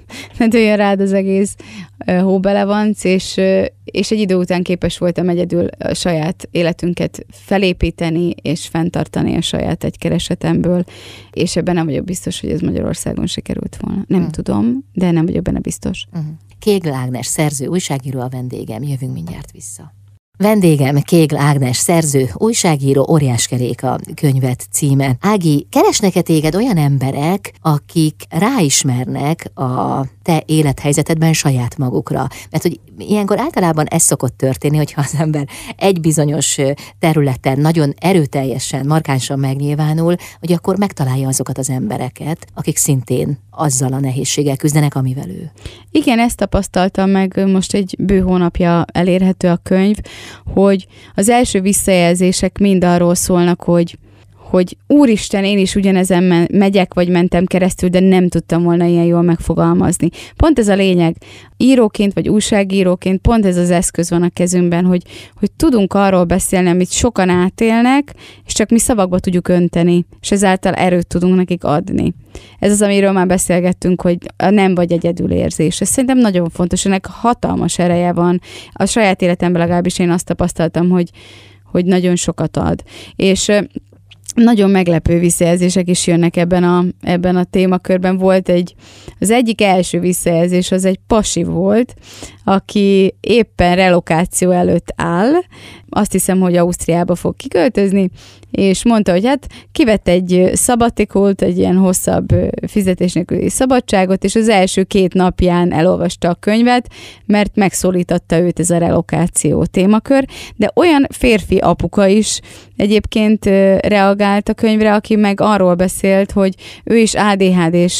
ne dőljön rád az egész hóbelevanc, és, és egy idő után képes voltam egyedül a saját életünket felépíteni, és fenntartani a saját egykeresetemből, és ebben nem vagyok biztos, hogy ez Magyarországon sikerült volna. Nem uh-huh. tudom, de nem vagyok benne biztos. Uh-huh. Kégl Ágnes, szerző, újságíró a vendégem, jövünk mindjárt vissza. Vendégem Kégl Ágnes, szerző, újságíró, Óriáskerék a könyvet címe. Ági, keresnek-e téged olyan emberek, akik ráismernek a te élethelyzetedben saját magukra? Mert hogy ilyenkor általában ez szokott történni, hogyha az ember egy bizonyos területen nagyon erőteljesen, markánsan megnyilvánul, hogy akkor megtalálja azokat az embereket, akik szintén azzal a nehézséggel küzdenek, amivel ő. Igen, ezt tapasztaltam meg, most egy bő hónapja elérhető a könyv, hogy az első visszajelzések mind arról szólnak, hogy hogy úristen, én is ugyanezen megyek, vagy mentem keresztül, de nem tudtam volna ilyen jól megfogalmazni. Pont ez a lényeg. Íróként, vagy újságíróként pont ez az eszköz van a kezünkben, hogy, hogy tudunk arról beszélni, amit sokan átélnek, és csak mi szavakba tudjuk önteni, és ezáltal erőt tudunk nekik adni. Ez az, amiről már beszélgettünk, hogy a nem vagy egyedül érzés. Ez szerintem nagyon fontos, ennek hatalmas ereje van. A saját életemben legalábbis én azt tapasztaltam, hogy, hogy nagyon sokat ad. És nagyon meglepő visszajelzések is jönnek ebben a, ebben a témakörben. Volt egy, az egyik első visszajelzés, az egy pasi volt, aki éppen relokáció előtt áll, azt hiszem, hogy Ausztriába fog kiköltözni, és mondta, hogy hát kivett egy szabatikót, egy ilyen hosszabb fizetés nélküli szabadságot, és az első két napján elolvasta a könyvet, mert megszólította őt ez a relokáció témakör, de olyan férfi apuka is egyébként reagált a könyvre, aki meg arról beszélt, hogy ő is á dé há dés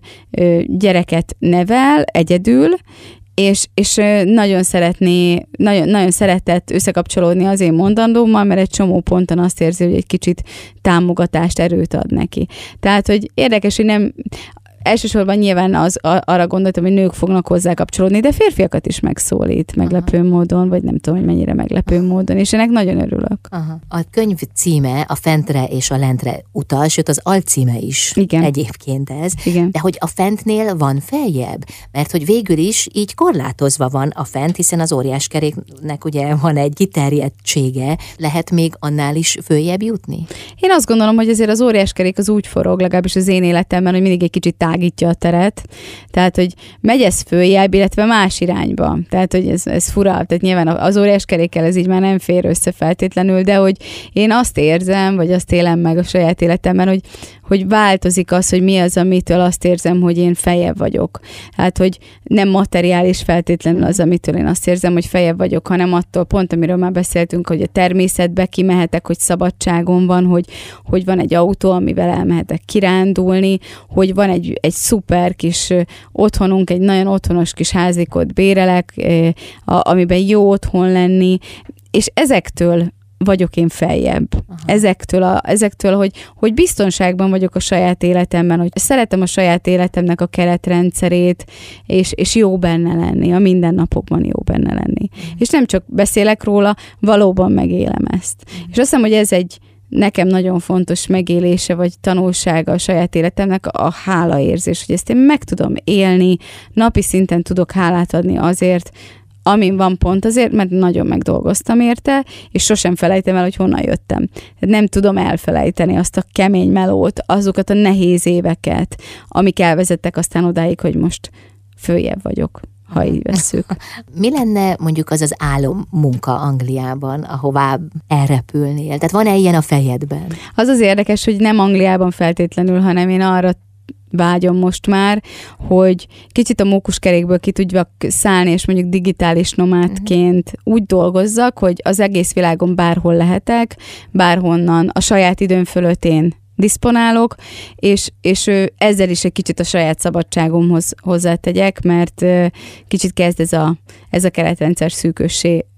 gyereket nevel egyedül, És, és nagyon szeretné, nagyon, nagyon szeretett összekapcsolódni az én mondandómmal, mert egy csomó ponton azt érzi, hogy egy kicsit támogatást, erőt ad neki. Tehát, hogy érdekes, hogy nem... Elsősorban nyilván az, arra gondoltam, hogy nők fognak hozzá kapcsolódni, de férfiakat is megszólít meglepő Aha. módon, vagy nem tudom, hogy mennyire meglepő Aha. módon, és ennek nagyon örülök. Aha. A könyv címe a fentre és a lentre utal, sőt az alcíme is Igen. egyébként ez, Igen. de hogy a fentnél van feljebb, mert hogy végül is így korlátozva van a fent, hiszen az óriáskeréknek ugye van egy kiterjedtsége, lehet még annál is följebb jutni? Én azt gondolom, hogy azért az óriáskerék az úgy forog, legalábbis az én életemben, hogy mindig egy kicsit tágítja a teret, tehát, hogy megy ez följebb, illetve más irányba. Tehát, hogy ez, ez fura, tehát nyilván az óriáskerékkel ez így már nem fér össze feltétlenül, de hogy én azt érzem, vagy azt élem meg a saját életemben, hogy, hogy változik az, hogy mi az, amitől azt érzem, hogy én feljebb vagyok. Tehát, hogy nem materiális feltétlenül az, amitől én azt érzem, hogy feljebb vagyok, hanem attól pont, amiről már beszéltünk, hogy a természetbe kimehetek, hogy szabadságom van, hogy, hogy van egy autó, amivel elmehetek kirándulni, hogy van egy egy szuper kis otthonunk, egy nagyon otthonos kis házikot bérelek, amiben jó otthon lenni, és ezektől vagyok én feljebb. Aha. Ezektől, a, ezektől hogy, hogy biztonságban vagyok a saját életemben, hogy szeretem a saját életemnek a keretrendszerét, és, és jó benne lenni, a mindennapokban jó benne lenni. Mm. És nem csak beszélek róla, valóban megélem ezt. Mm. És azt hiszem, hogy ez egy nekem nagyon fontos megélése, vagy tanulsága a saját életemnek a hálaérzés, hogy ezt én meg tudom élni, napi szinten tudok hálát adni azért, amin van pont azért, mert nagyon megdolgoztam érte, és sosem felejtem el, hogy honnan jöttem. Nem tudom elfelejteni azt a kemény melót, azokat a nehéz éveket, amik elvezettek aztán odáig, hogy most följebb vagyok, ha így vesszük. Mi lenne mondjuk az az álom munka Angliában, ahová elrepülnél? Tehát van-e ilyen a fejedben? Az az érdekes, hogy nem Angliában feltétlenül, hanem én arra vágyom most már, hogy kicsit a mókuskerékből ki tudjak szállni, és mondjuk digitális nomádként uh-huh. úgy dolgozzak, hogy az egész világon bárhol lehetek, bárhonnan a saját időm fölött én diszponálok, és, és ezzel is egy kicsit a saját szabadságomhoz hozzátegyek, mert kicsit kezd ez a, ez a keretrendszer szűkössé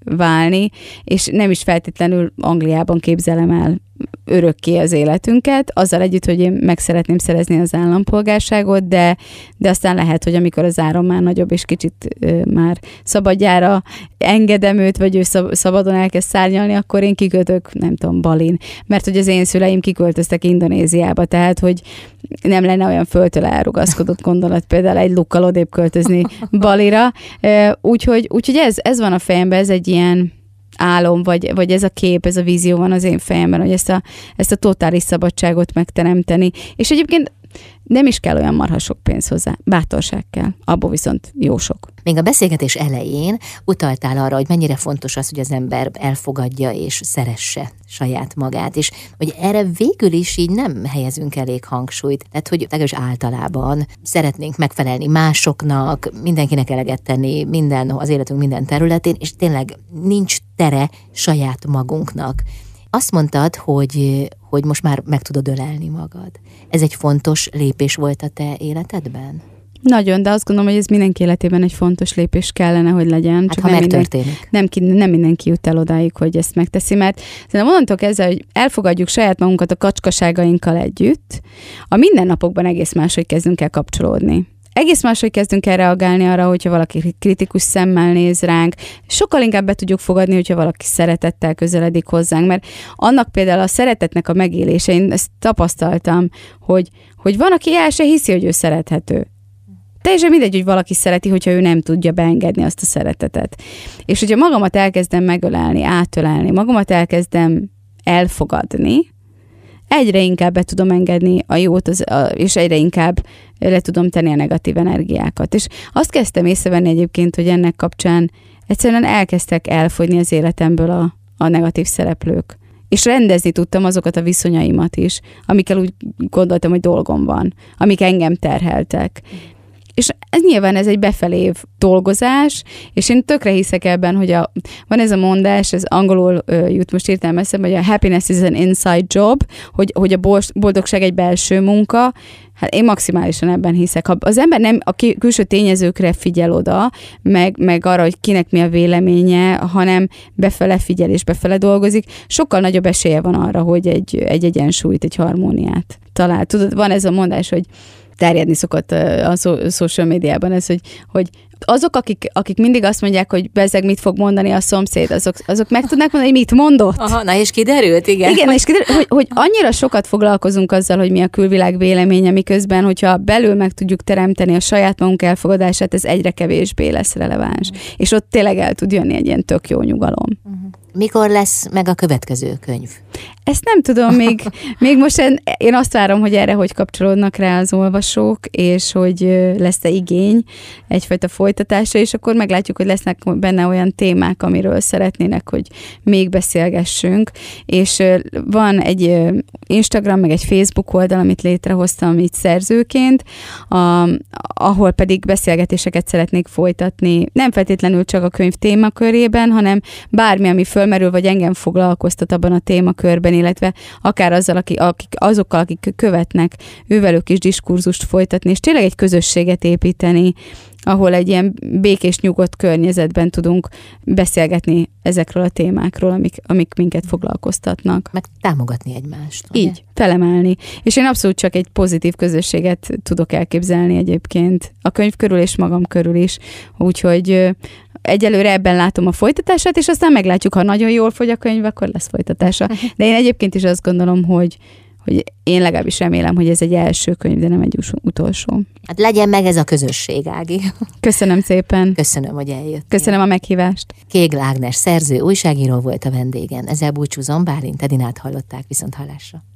válni, és nem is feltétlenül Angliában képzelem el örökké az életünket, azzal együtt, hogy én meg szeretném szerezni az állampolgárságot, de, de aztán lehet, hogy amikor az áron már nagyobb, és kicsit ö, már szabadjára engedem őt, vagy ő szabadon elkezd szárnyalni, akkor én kikötök, nem tudom, Balin. Mert hogy az én szüleim kiköltöztek Indonéziába, tehát, hogy nem lenne olyan földtől elrugaszkodott gondolat például egy lukkal odébb költözni Balira. Úgyhogy, úgyhogy ez, ez van a fejemben, ez egy ilyen álom, vagy, vagy ez a kép, ez a vízió van az én fejemben, hogy ezt a, ezt a totális szabadságot megteremteni. És egyébként nem is kell olyan marha sok pénz hozzá, bátorság kell, abból viszont jó sok. Még a beszélgetés elején utaltál arra, hogy mennyire fontos az, hogy az ember elfogadja és szeresse saját magát, és hogy erre végül is így nem helyezünk elég hangsúlyt. Tehát, hogy legalábbis általában szeretnénk megfelelni másoknak, mindenkinek eleget tenni minden, az életünk minden területén, és tényleg nincs tere saját magunknak. Azt mondtad, hogy, hogy most már meg tudod ölelni magad. Ez egy fontos lépés volt a te életedben? Nagyon, de azt gondolom, hogy ez mindenki életében egy fontos lépés kellene, hogy legyen. Hát csak ha nem megtörténik. Mindenki, nem, nem mindenki jut el odáig, hogy ezt megteszi, mert szerintem onnantól kezdve, hogy elfogadjuk saját magunkat a kacskaságainkkal együtt, a mindennapokban egész máshogy kezdünk el kapcsolódni. Egész máshogy kezdünk el reagálni arra, hogyha valaki kritikus szemmel néz ránk. Sokkal inkább be tudjuk fogadni, hogyha valaki szeretettel közeledik hozzánk, mert annak például a szeretetnek a megélése, én ezt tapasztaltam, hogy, hogy van, aki el se hiszi, hogy ő szerethető. Teljesen mindegy, hogy valaki szereti, hogyha ő nem tudja beengedni azt a szeretetet. És hogyha magamat elkezdem megölelni, átölelni, magamat elkezdem elfogadni, egyre inkább be tudom engedni a jót, az, a, és egyre inkább le tudom tenni a negatív energiákat. És azt kezdtem észrevenni egyébként, hogy ennek kapcsán egyszerűen elkezdtek elfogyni az életemből a, a negatív szereplők. És rendezni tudtam azokat a viszonyaimat is, amikkel úgy gondoltam, hogy dolgom van, amik engem terheltek. És ez nyilván ez egy befelé dolgozás, és én tökre hiszek ebben, hogy a, van ez a mondás, ez angolul ö, jut most értelme eszembe, hogy a happiness is an inside job, hogy, hogy a boldogság egy belső munka. Hát én maximálisan ebben hiszek. Ha az ember nem a külső tényezőkre figyel oda, meg, meg arra, hogy kinek mi a véleménye, hanem befele figyel és befele dolgozik, sokkal nagyobb esélye van arra, hogy egy, egy egyensúlyt, egy harmóniát talál. Tudod, van ez a mondás, hogy terjedni szokott a social médiában ez, hogy, hogy azok, akik, akik mindig azt mondják, hogy bezzeg mit fog mondani a szomszéd, azok, azok meg tudnák mondani, hogy mit mondott. Aha, na és kiderült, igen. Igen, és kiderült, hogy, hogy annyira sokat foglalkozunk azzal, hogy mi a külvilág véleménye, miközben, hogyha belül meg tudjuk teremteni a saját magunk elfogadását, ez egyre kevésbé lesz releváns. Uh-huh. És ott tényleg el tud jönni egy ilyen tök jó nyugalom. Uh-huh. Mikor lesz meg a következő könyv? Ezt nem tudom, még, még most én, én azt várom, hogy erre hogy kapcsolódnak rá az olvasók, és hogy lesz-e igény egyfajta folytatásra, és akkor meglátjuk, hogy lesznek benne olyan témák, amiről szeretnének, hogy még beszélgessünk. És van egy Instagram, meg egy Facebook oldal, amit létrehoztam így szerzőként, a, ahol pedig beszélgetéseket szeretnék folytatni, nem feltétlenül csak a könyv témakörében, hanem bármi, ami fölmerül, vagy engem foglalkoztat abban a témakörben, illetve akár azzal, akik, akik, azokkal, akik követnek, ővelük is diskurzust folytatni, és tényleg egy közösséget építeni, ahol egy ilyen békés, nyugodt környezetben tudunk beszélgetni ezekről a témákról, amik, amik minket foglalkoztatnak. Meg támogatni egymást. Így, ugye? Felemelni. És én abszolút csak egy pozitív közösséget tudok elképzelni egyébként a könyv körül és magam körül is. Úgyhogy egyelőre ebben látom a folytatását, és aztán meglátjuk, ha nagyon jól fogy a könyv, akkor lesz folytatása. De én egyébként is azt gondolom, hogy hogy én legalábbis remélem, hogy ez egy első könyv, de nem egy utolsó. Hát legyen meg ez a közösség, Ági. Köszönöm szépen. Köszönöm, hogy eljöttél. Köszönöm a meghívást. Kégl Ágnes szerző, újságíró volt a vendégem. Ezzel búcsúzom, Bálint Edinát hallották, viszont hallásra.